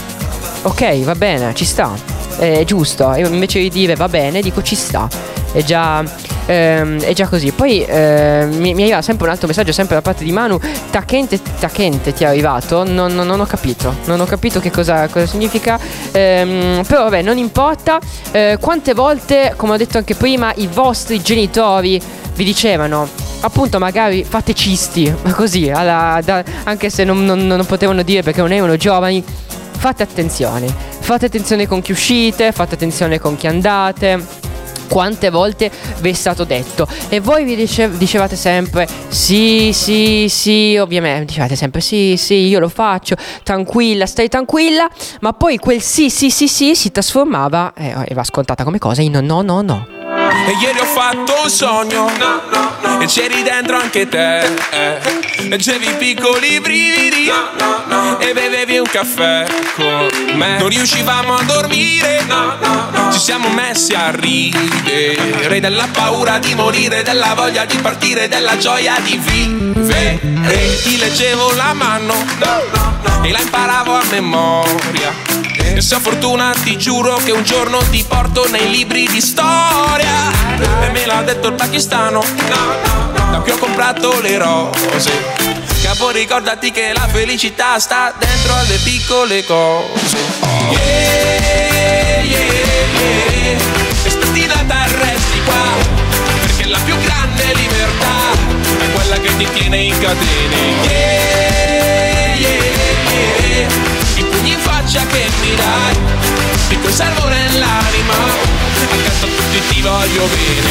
Ok, va bene, ci sta, è giusto. E invece di dire va bene, dico ci sta. È già ehm, è già così. Poi eh, mi, mi arriva sempre un altro messaggio, sempre da parte di Manu. Tachente, tachente ti è arrivato? Non, non, non ho capito. Non ho capito che cosa, cosa significa. ehm, Però vabbè, non importa. eh, Quante volte, come ho detto anche prima, i vostri genitori vi dicevano appunto magari fate cisti, così, alla, da, anche se non, non, non potevano dire perché non erano giovani, fate attenzione, fate attenzione con chi uscite, fate attenzione con chi andate. Quante volte vi è stato detto? E voi vi dice, dicevate sempre sì, sì, sì, ovviamente dicevate sempre sì, sì, io lo faccio, tranquilla, stai tranquilla. Ma poi quel sì, sì, sì, sì si trasformava eh, e va scontata come cosa in no, no, no, no. E ieri ho fatto un sogno, no, no, no. E c'eri dentro anche te, eh. Leggevi piccoli brividi, no, no, no. E bevevi un caffè con me. Non riuscivamo a dormire, no, no, no. Ci siamo messi a ridere della paura di morire, della voglia di partire, della gioia di vivere. Ti leggevo la mano, no, no, no. E la imparavo a memoria. E se ho fortuna ti giuro che un giorno ti porto nei libri di storia. E me l'ha detto il pakistano, da cui ho comprato le rose. Capo, ricordati che la felicità sta dentro alle piccole cose. Yeah, yeah, yeah. E spettinata resti qua, perché la più grande libertà è quella che ti tiene in catene. Yeah, yeah, yeah. I pugni in faccia che mi dai, ti conservo nell'anima, accanto a tutti ti voglio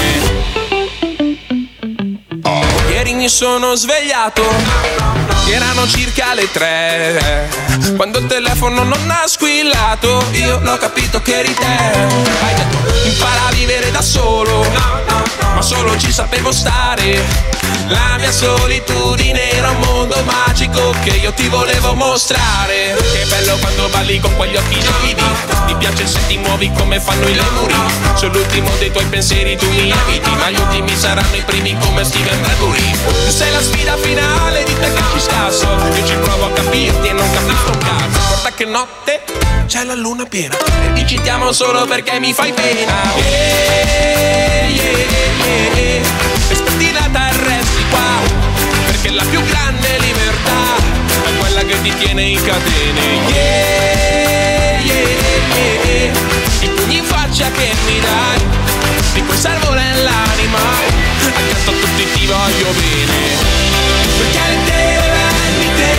bene. Oh, ieri mi sono svegliato, erano circa le tre, quando il telefono non ha squillato, io l'ho capito che eri te. Hai detto impara a vivere da solo, ma solo ci sapevo stare. La mia solitudine era un mondo magico che io ti volevo mostrare. Che bello quando balli con quegli occhi lividi, mi piace se ti muovi come fanno i lemuri. Sono l'ultimo dei tuoi pensieri, tu mi eviti, ma gli ultimi saranno i primi come Steven Bradbury. Tu sei la sfida finale, di te che ci scasso, io ci provo a capirti e non capisco un cazzo. Guarda che notte c'è la luna piena e ti citiamo solo perché mi fai pena. Yeah, yeah, yeah, yeah. E spettinata e resti qua, perché la più grande libertà è quella che ti tiene in catene. Yeah, yeah, yeah, yeah. I pugni in faccia che mi dai, ti conservo nell'anima, accanto a tutti ti voglio bene. Perché te venni te,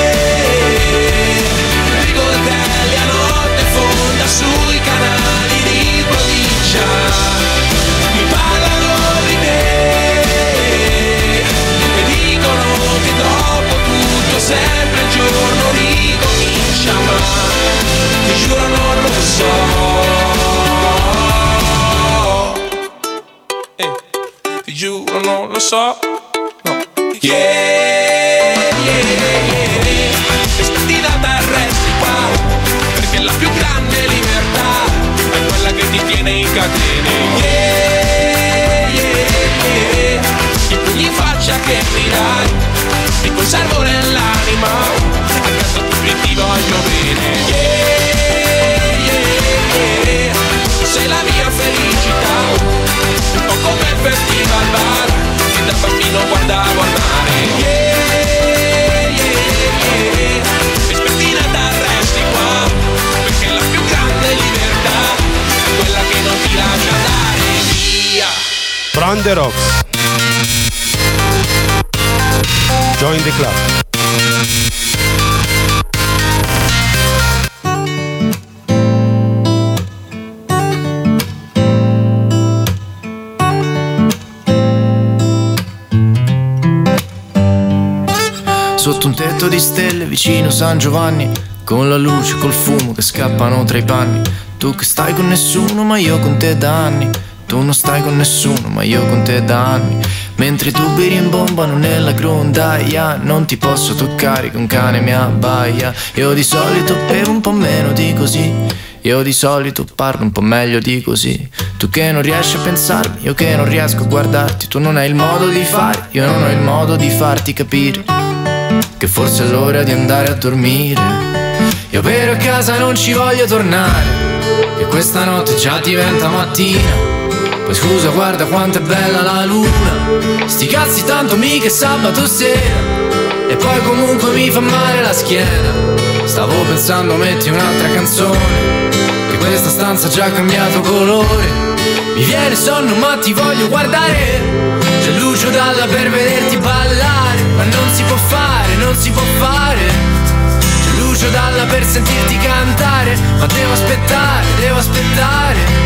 ricordelli a notte fonda sui canali di provincia, mi parlano di te e dicono che dopo tutto sempre il giorno ricomincia, ma ti giuro non lo so. Eh, ti giuro non lo so. Yeah, yeah, yeah. E spettinata resti qua, perché la più grande libertà è quella che ti tiene in catene. Yeah, yeah, yeah. I pugni in faccia che mi dai, ti conservo nell'anima, accanto a tutti ti voglio bene. Yeah, yeah, yeah. Tu sei la mia felicità, un po' come il festival bar, da bambino guardavo al mare. Yeah, yeah, yeah. E spettinata resti qua, perché la più grande libertà è quella che non ti lascia andare via. From the Rocks. Join the club. Sotto un tetto di stelle vicino San Giovanni, con la luce, col fumo che scappano tra i panni. Tu che stai con nessuno ma io con te da anni. Tu non stai con nessuno ma io con te da anni. Mentre i tubi rimbombano nella grondaia, non ti posso toccare che un cane mi abbaia. Io di solito bevo un po' meno di così, io di solito parlo un po' meglio di così. Tu che non riesci a pensarmi, io che non riesco a guardarti. Tu non hai il modo di fare, io non ho il modo di farti capire che forse è l'ora di andare a dormire. Io per a casa non ci voglio tornare, che questa notte già diventa mattina. Poi scusa guarda quanto è bella la luna, sti cazzi tanto mica è sabato sera, e poi comunque mi fa male la schiena. Stavo pensando metti un'altra canzone, che questa stanza ha già cambiato colore. Mi viene sonno ma ti voglio guardare. C'è Lucio Dalla per vederti ballare, ma non si può fare, non si può fare. C'è Lucio Dalla per sentirti cantare, ma devo aspettare, devo aspettare.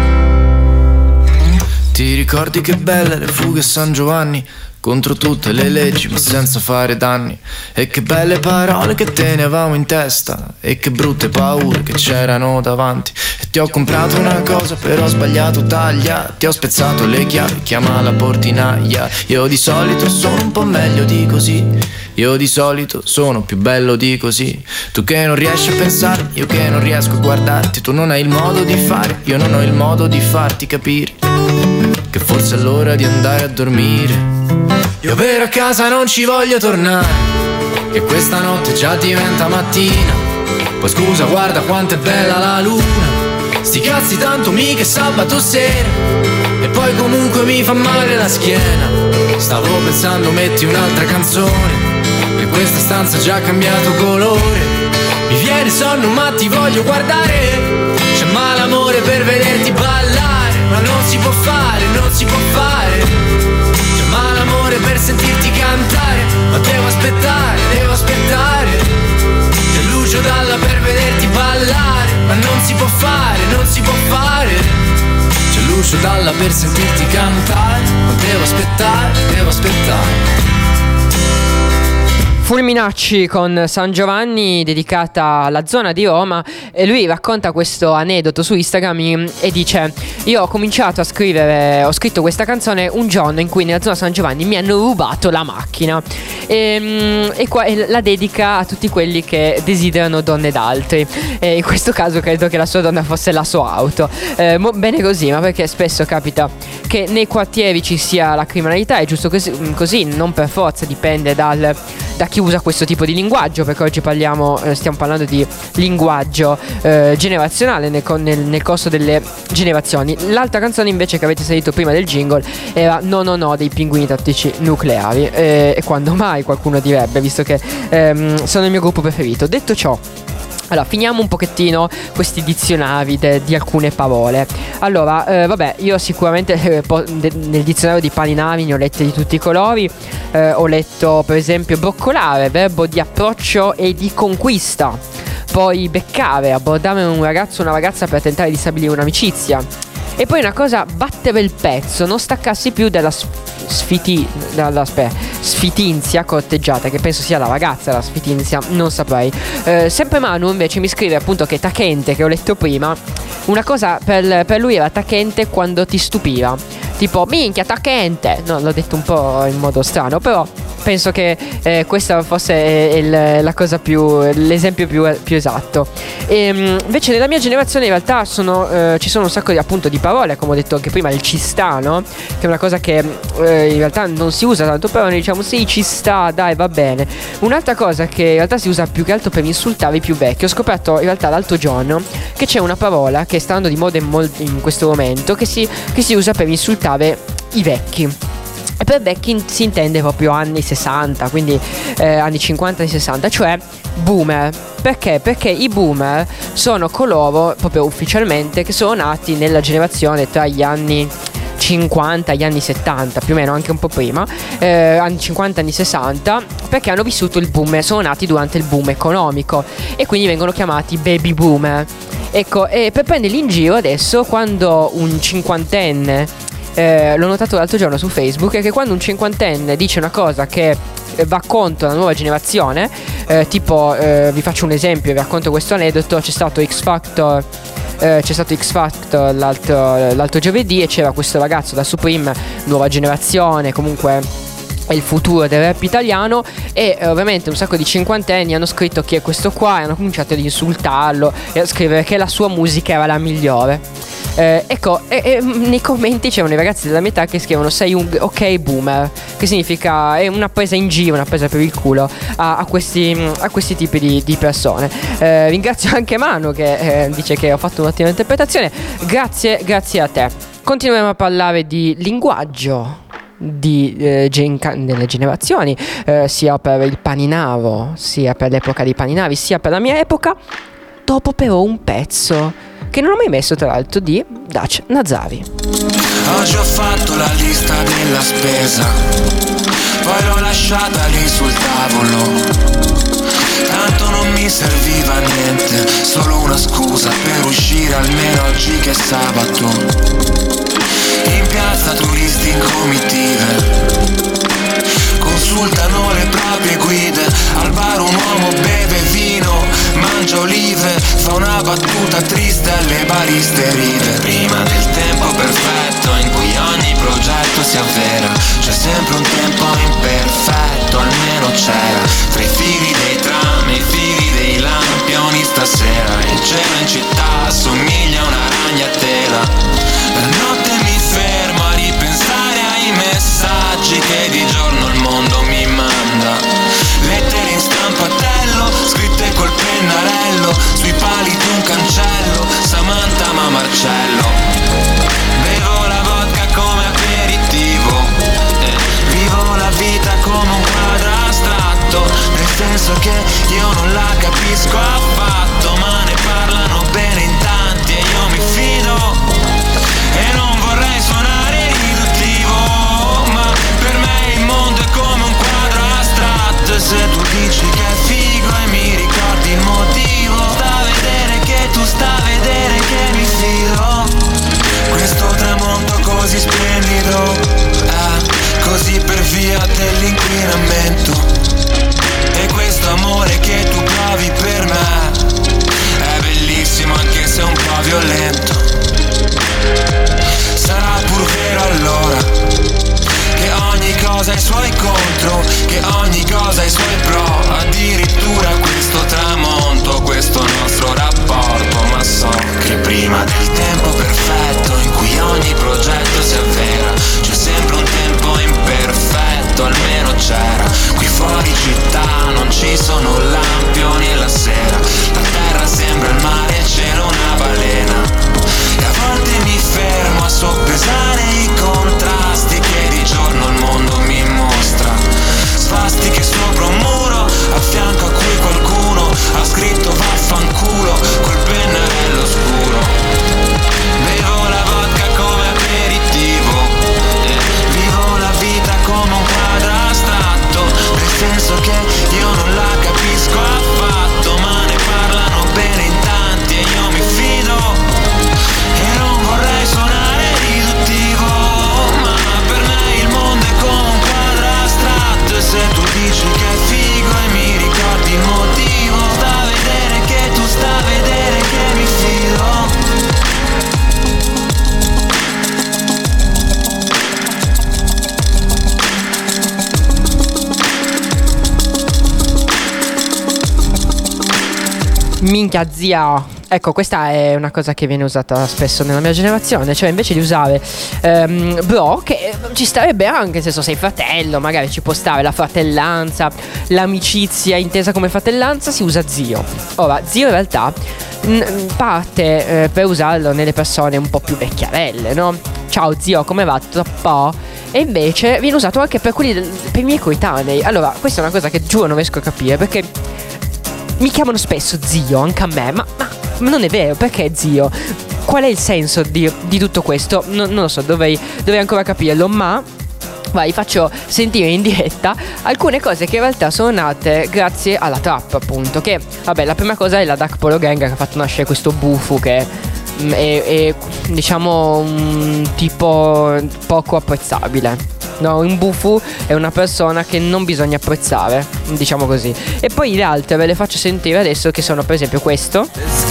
Ti ricordi che belle le fughe a San Giovanni? Contro tutte le leggi ma senza fare danni. E che belle parole che tenevamo in testa, e che brutte paure che c'erano davanti. E ti ho comprato una cosa però ho sbagliato taglia. Ti ho spezzato le chiavi, chiama la portinaia. Io di solito sono un po' meglio di così. Io di solito sono più bello di così. Tu che non riesci a pensare, io che non riesco a guardarti. Tu non hai il modo di fare, io non ho il modo di farti capire che forse è l'ora di andare a dormire. Io per a casa non ci voglio tornare, che questa notte già diventa mattina. Poi scusa guarda quanto è bella la luna. Sti cazzi tanto mica è sabato sera. E poi comunque mi fa male la schiena. Stavo pensando metti un'altra canzone, che questa stanza ha già cambiato colore. Mi viene sonno ma ti voglio guardare. C'è malamore per vederti ballare, ma non si può fare, non si può fare. Malamore per sentirti cantare, ma devo aspettare, devo aspettare. C'è Lucio Dalla per vederti ballare, ma non si può fare, non si può fare. C'è Lucio Dalla per sentirti cantare, ma devo aspettare, devo aspettare. Fulminacci con San Giovanni, dedicata alla zona di Roma, e lui racconta questo aneddoto su Instagram e dice: io ho cominciato a scrivere, ho scritto questa canzone un giorno in cui nella zona San Giovanni mi hanno rubato la macchina, e, e qua e la dedica a tutti quelli che desiderano donne d'altri, e in questo caso credo che la sua donna fosse la sua auto. Eh, bene così, ma perché spesso capita che nei quartieri ci sia la criminalità, è giusto così, così non per forza dipende dal, da chi usa questo tipo di linguaggio, perché oggi parliamo, eh, stiamo parlando di linguaggio eh, generazionale nel, nel, nel corso delle generazioni. L'altra canzone invece che avete sentito prima del jingle era No No No dei Pinguini Tattici Nucleari, eh, e quando mai qualcuno direbbe, visto che ehm, sono il mio gruppo preferito. Detto ciò, allora, finiamo un pochettino questi dizionari de, di alcune parole. Allora, eh, vabbè, io sicuramente eh, po- de, nel dizionario di Palinari ne ho lette di tutti i colori. Eh, ho letto per esempio broccolare, verbo di approccio e di conquista. Poi beccare, abbordare un ragazzo o una ragazza per tentare di stabilire un'amicizia. E poi una cosa, battere il pezzo, non staccarsi più dalla sfiti, dalla spe, sfitinzia corteggiata, che penso sia la ragazza la sfitinzia, non saprei. Eh, sempre Manu invece mi scrive appunto che tachente, che ho letto prima, una cosa per, per lui era tachente quando ti stupiva, tipo minchia tachente, no, l'ho detto un po' in modo strano, però penso che eh, questa fosse il, la cosa più, l'esempio più, più esatto. E, invece nella mia generazione in realtà sono, eh, ci sono un sacco di, appunto di parole, come ho detto anche prima, il ci sta, no? Che è una cosa che eh, in realtà non si usa tanto, però noi diciamo sì, ci sta, dai, va bene. Un'altra cosa che in realtà si usa più che altro per insultare i più vecchi, ho scoperto in realtà l'altro giorno che c'è una parola che sta andando di moda in, mol- in questo momento, che si, che si usa per insultare i vecchi. E per vecchi si intende proprio anni sessanta, quindi eh, anni cinquanta e sessanta, cioè boomer. Perché? Perché i boomer sono coloro, proprio ufficialmente, che sono nati nella generazione tra gli anni cinquanta e gli anni settanta, più o meno anche un po' prima, eh, anni cinquanta anni sessanta, perché hanno vissuto il boom, sono nati durante il boom economico e quindi vengono chiamati baby boomer. Ecco, e per prenderli in giro adesso, quando un cinquantenne, Eh, l'ho notato l'altro giorno su Facebook, è che quando un cinquantenne dice una cosa che va contro la nuova generazione, eh, tipo eh, vi faccio un esempio, vi racconto questo aneddoto. C'è stato X Factor eh, c'è stato X Factor l'altro, l'altro giovedì, e c'era questo ragazzo da Supreme, nuova generazione, comunque è il futuro del rap italiano, e eh, ovviamente un sacco di cinquantenni hanno scritto chi è questo qua e hanno cominciato ad insultarlo e a scrivere che la sua musica era la migliore. Eh, ecco, e, e, nei commenti c'erano i ragazzi della mia età che scrivono sei un ok boomer, che significa è una presa in giro, una presa per il culo a, a, questi, a questi tipi di, di persone. Eh, ringrazio anche Manu che eh, dice che ho fatto un'ottima interpretazione. Grazie, grazie a te. Continuiamo a parlare di linguaggio di, eh, gen- delle generazioni, eh, sia per il Paninaro, sia per l'epoca dei Paninari, sia per la mia epoca. dopo però un pezzo che non ho mai messo, tra l'altro, di Dutch Nazari. Oggi ho fatto la lista della spesa, poi l'ho lasciata lì sul tavolo. Tanto non mi serviva niente, solo una scusa per uscire almeno oggi che è sabato. In piazza turisti in comitive consultano le proprie guide. Al bar un uomo beve vino, mangia olive, fa una battuta triste alle bariste ride. Prima del tempo perfetto in cui ogni progetto si avvera, c'è sempre un tempo imperfetto, almeno c'era. Tra i fili dei tram e i fili dei lampioni stasera, il cielo in città assomiglia a una ragnatela. La notte mi fermo a ripensare ai messaggi che di giorno il mondo mi manda. Lettere in stampatello, scritte col pennarello, sui pali di un cancello, Samantha ma Marcello. Bevo la vodka come aperitivo, eh, vivo la vita come un quadro astratto, nel senso che io non la capisco affatto, ma ne parlano bene in tanti e io mi fido. E non vorrei suonare riduttivo, ma per me il mondo è come un quadro astratto. E se tu dici che è figo e mi ricordi il motivo, sta a vedere che tu sta a vedere che mi fido. Questo tramonto così splendido, eh, così per via dell'inquinamento. E questo amore che tu provi per me è bellissimo anche se un po' violento. Sarà pur vero allora che ogni cosa ha i suoi contro, che ogni cosa ha i suoi pro, addirittura questo tramonto, questo nostro rapporto. Ma so che prima del tempo perfetto in cui ogni progetto si avvera, c'è sempre un tempo imperfetto, almeno c'era. Qui fuori città non ci sono lampioni e la sera, la terra sembra il mare e c'era una balena. E a volte mi fermo a soppesare i contrasti che di giorno il mondo mi mostra. Svastiche sopra un muro, a fianco a cui qualcuno ha scritto vaffanculo col pennarello scuro. Bevo la vodka come aperitivo, eh, vivo la vita come un quadro astratto, nel senso che io non la capisco affatto, ma ne parlano bene in tanti e io mi fido. E non vorrei suonare riduttivo, ma per me il mondo è come un quadro astratto. E se tu dici che è figo e mi ricordi il motivo, sta a vedere che tu sta a vedere che mi fido. Minchia zia. Ecco, questa è una cosa che viene usata spesso nella mia generazione. Cioè, invece di usare ehm, bro, che ci starebbe anche, nel senso, sei fratello, magari ci può stare la fratellanza, l'amicizia intesa come fratellanza, si usa zio. Ora, zio in realtà mh, parte eh, per usarlo nelle persone un po' più vecchiarelle, no? Ciao zio, come va? Tutto a po'? E invece viene usato anche per quelli del, per i miei coetanei. Allora, questa è una cosa che giuro non riesco a capire, perché mi chiamano spesso zio, anche a me, ma, ma, ma non è vero, perché zio? Qual è il senso di, di tutto questo? No, non lo so, dovrei, dovrei ancora capirlo, ma vai, faccio sentire in diretta alcune cose che in realtà sono nate grazie alla trap, appunto. Che, vabbè, la prima cosa è la Dark Polo Gang, che ha fatto nascere questo bufu che mh, è, è, diciamo, un tipo poco apprezzabile. No, un bufu è una persona che non bisogna apprezzare, diciamo così. E poi le altre ve le faccio sentire adesso, che sono per esempio questo.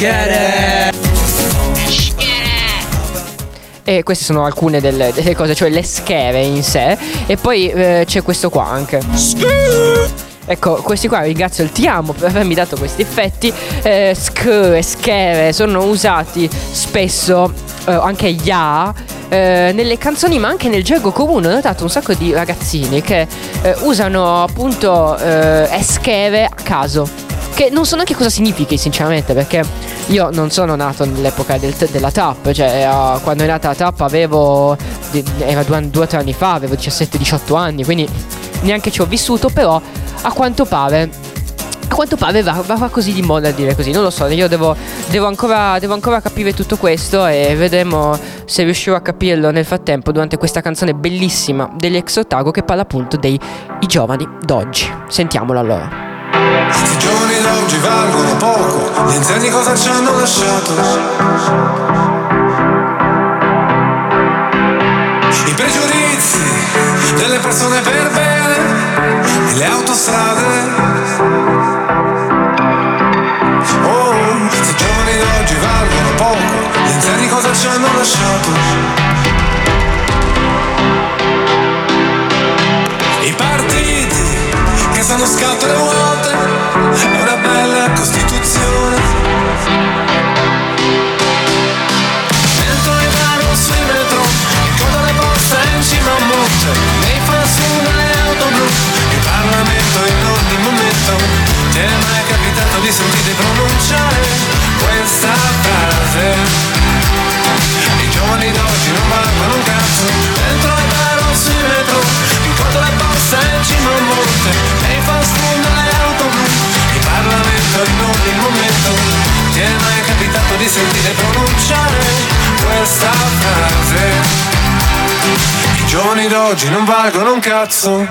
E queste sono alcune delle, delle cose, cioè le schere in sé. E poi eh, c'è questo qua anche. Ecco, questi qua, ringrazio il Ti Amo per avermi dato questi effetti. eh, Sk e schere sono usati spesso, eh, anche ya, eh, nelle canzoni, ma anche nel gergo comune. Ho notato un sacco di ragazzini che eh, usano appunto eh, eschere a caso, che non so neanche cosa significhi, sinceramente, perché io non sono nato nell'epoca del, della trap. Cioè, uh, quando è nata la trap avevo, era due o tre anni fa, avevo diciassette diciotto anni, quindi neanche ci ho vissuto. Però a quanto pare a quanto pare va, va così di moda a dire così, non lo so, io devo, devo, ancora, devo ancora capire tutto questo e vedremo se riuscirò a capirlo nel frattempo durante questa canzone bellissima degli Ex Otago che parla appunto dei i giovani d'oggi. Sentiamolo allora. I giovani d'oggi valgono poco, gli anziani cosa ci hanno lasciato? I pregiudizi delle persone per bene e le autostrade. Oh, se i giovani d'oggi valgono poco, gli anziani cosa ci hanno lasciato? I partiti che sanno scatole vuote, è una bella Costituzione. Mentre vanno sui metro, in coda alle poste in cima a un monte, nei fast food nelle auto blu, il Parlamento in ogni momento. Ti è mai capitato di sentire pronunciare questa frase? I giovani d'oggi non valgono un cazzo. Dentro ai bar o sui metro, in coda alle poste in cima a un monte, nei fast food nelle auto blu, il Parlamento in ogni momento. Ti è mai capitato di sentire pronunciare questa frase? I giovani d'oggi non valgono un cazzo.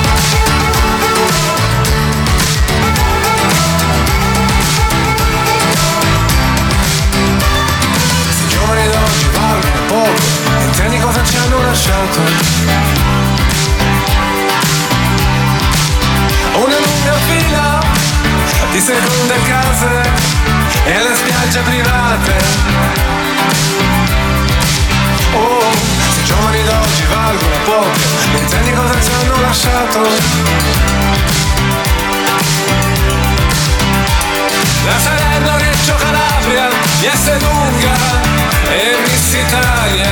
Poco, intendi cosa ci hanno lasciato? Una lunga fila di seconde case e le spiagge private. Oh, se i giovani d'oggi valgono poco, intendi cosa ci hanno lasciato? La Salerno, Reggio Calabria, Vieste Lunga e Miss Italia.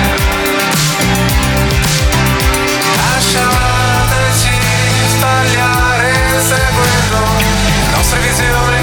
Lasciateci sbagliare seguendo le nostre visioni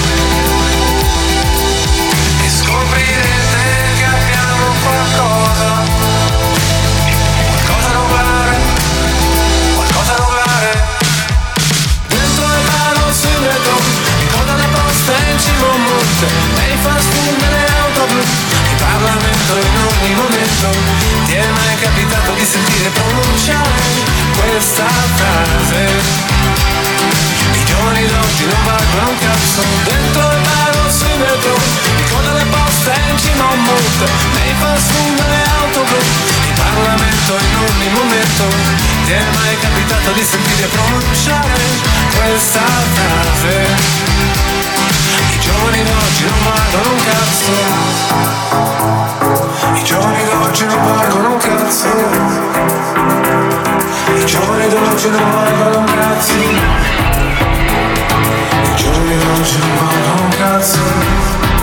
e scoprirete che abbiamo qualcosa, qualcosa da nuovare, qualcosa da nuovare. Dentro il mano sui metro, in coda alle poste in cima a un monte, nei fast food nelle auto blu, il Parlamento in ogni momento. Ti è mai capitato di sentire pronunciare questa frase? I giovani d'oggi non valgono un cazzo. Dentro il bar o sui metro, in coda alle poste in cima a un monte, nei fast food nelle auto blu, il Parlamento in ogni momento. Ti è mai capitato di sentire pronunciare questa frase? I giovani d'oggi non valgono un cazzo. I giovani d'oggi non valgono un cazzo. I giovani d'oggi non valgono un cazzo. I giovani d'oggi non valgono un cazzo.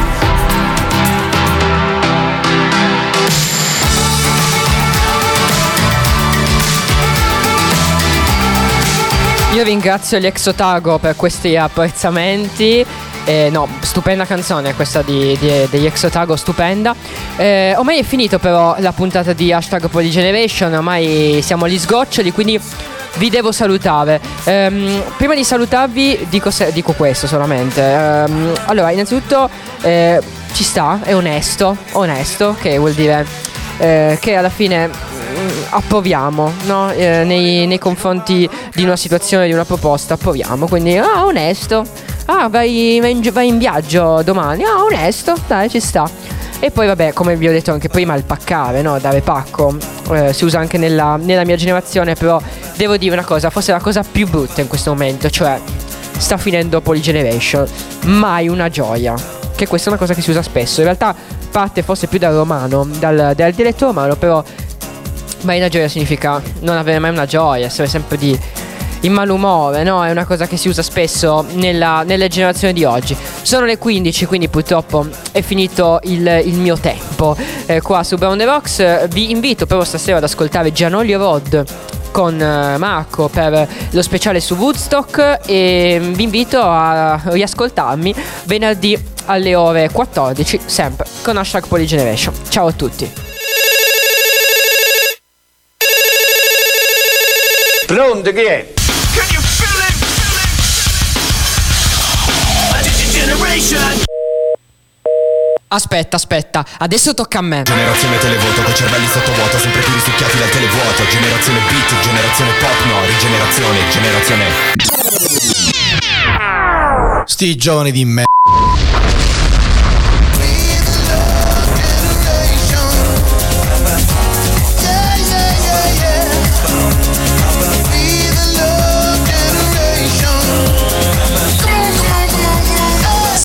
Io ringrazio gli Ex Otago per questi apprezzamenti. Eh, no, stupenda canzone questa di, di, degli Ex Otago, stupenda. Eh, ormai è finito però la puntata di Hashtag Polygeneration, ormai siamo agli sgoccioli, quindi vi devo salutare. Ehm, prima di salutarvi dico, se, dico questo solamente. Ehm, allora, innanzitutto eh, ci sta, è onesto, onesto, che vuol dire eh, che alla fine approviamo, no? eh, nei, nei confronti di una situazione, di una proposta, approviamo, quindi ah, onesto. Ah, vai, vai, in, vai in viaggio domani. Ah, onesto, dai, ci sta. E poi vabbè, come vi ho detto anche prima, il paccare, no? Dare pacco eh, si usa anche nella, nella mia generazione. Però devo dire una cosa, forse la cosa più brutta in questo momento, cioè sta finendo Polygeneration, mai una gioia. Che questa è una cosa che si usa spesso. In realtà parte forse più dal romano, dal, dal dialetto romano, però mai una gioia significa non avere mai una gioia, essere sempre di in malumore, no? È una cosa che si usa spesso nella, nelle generazioni di oggi. Sono le quindici, quindi purtroppo è finito il, il mio tempo eh, qua su Brown the Rocks. Vi invito però stasera ad ascoltare Gianolio Road con uh, Marco per lo speciale su Woodstock, e vi invito a riascoltarmi venerdì alle ore quattordici, sempre con Hashtag Polygeneration. Ciao a tutti. Pronto, chi è? Aspetta, aspetta, adesso tocca a me. Generazione televoto con cervelli sottovuoto, sempre più risucchiati dal televuoto. Generazione beat, generazione pop, no, rigenerazione, generazione. Sti giovani di me.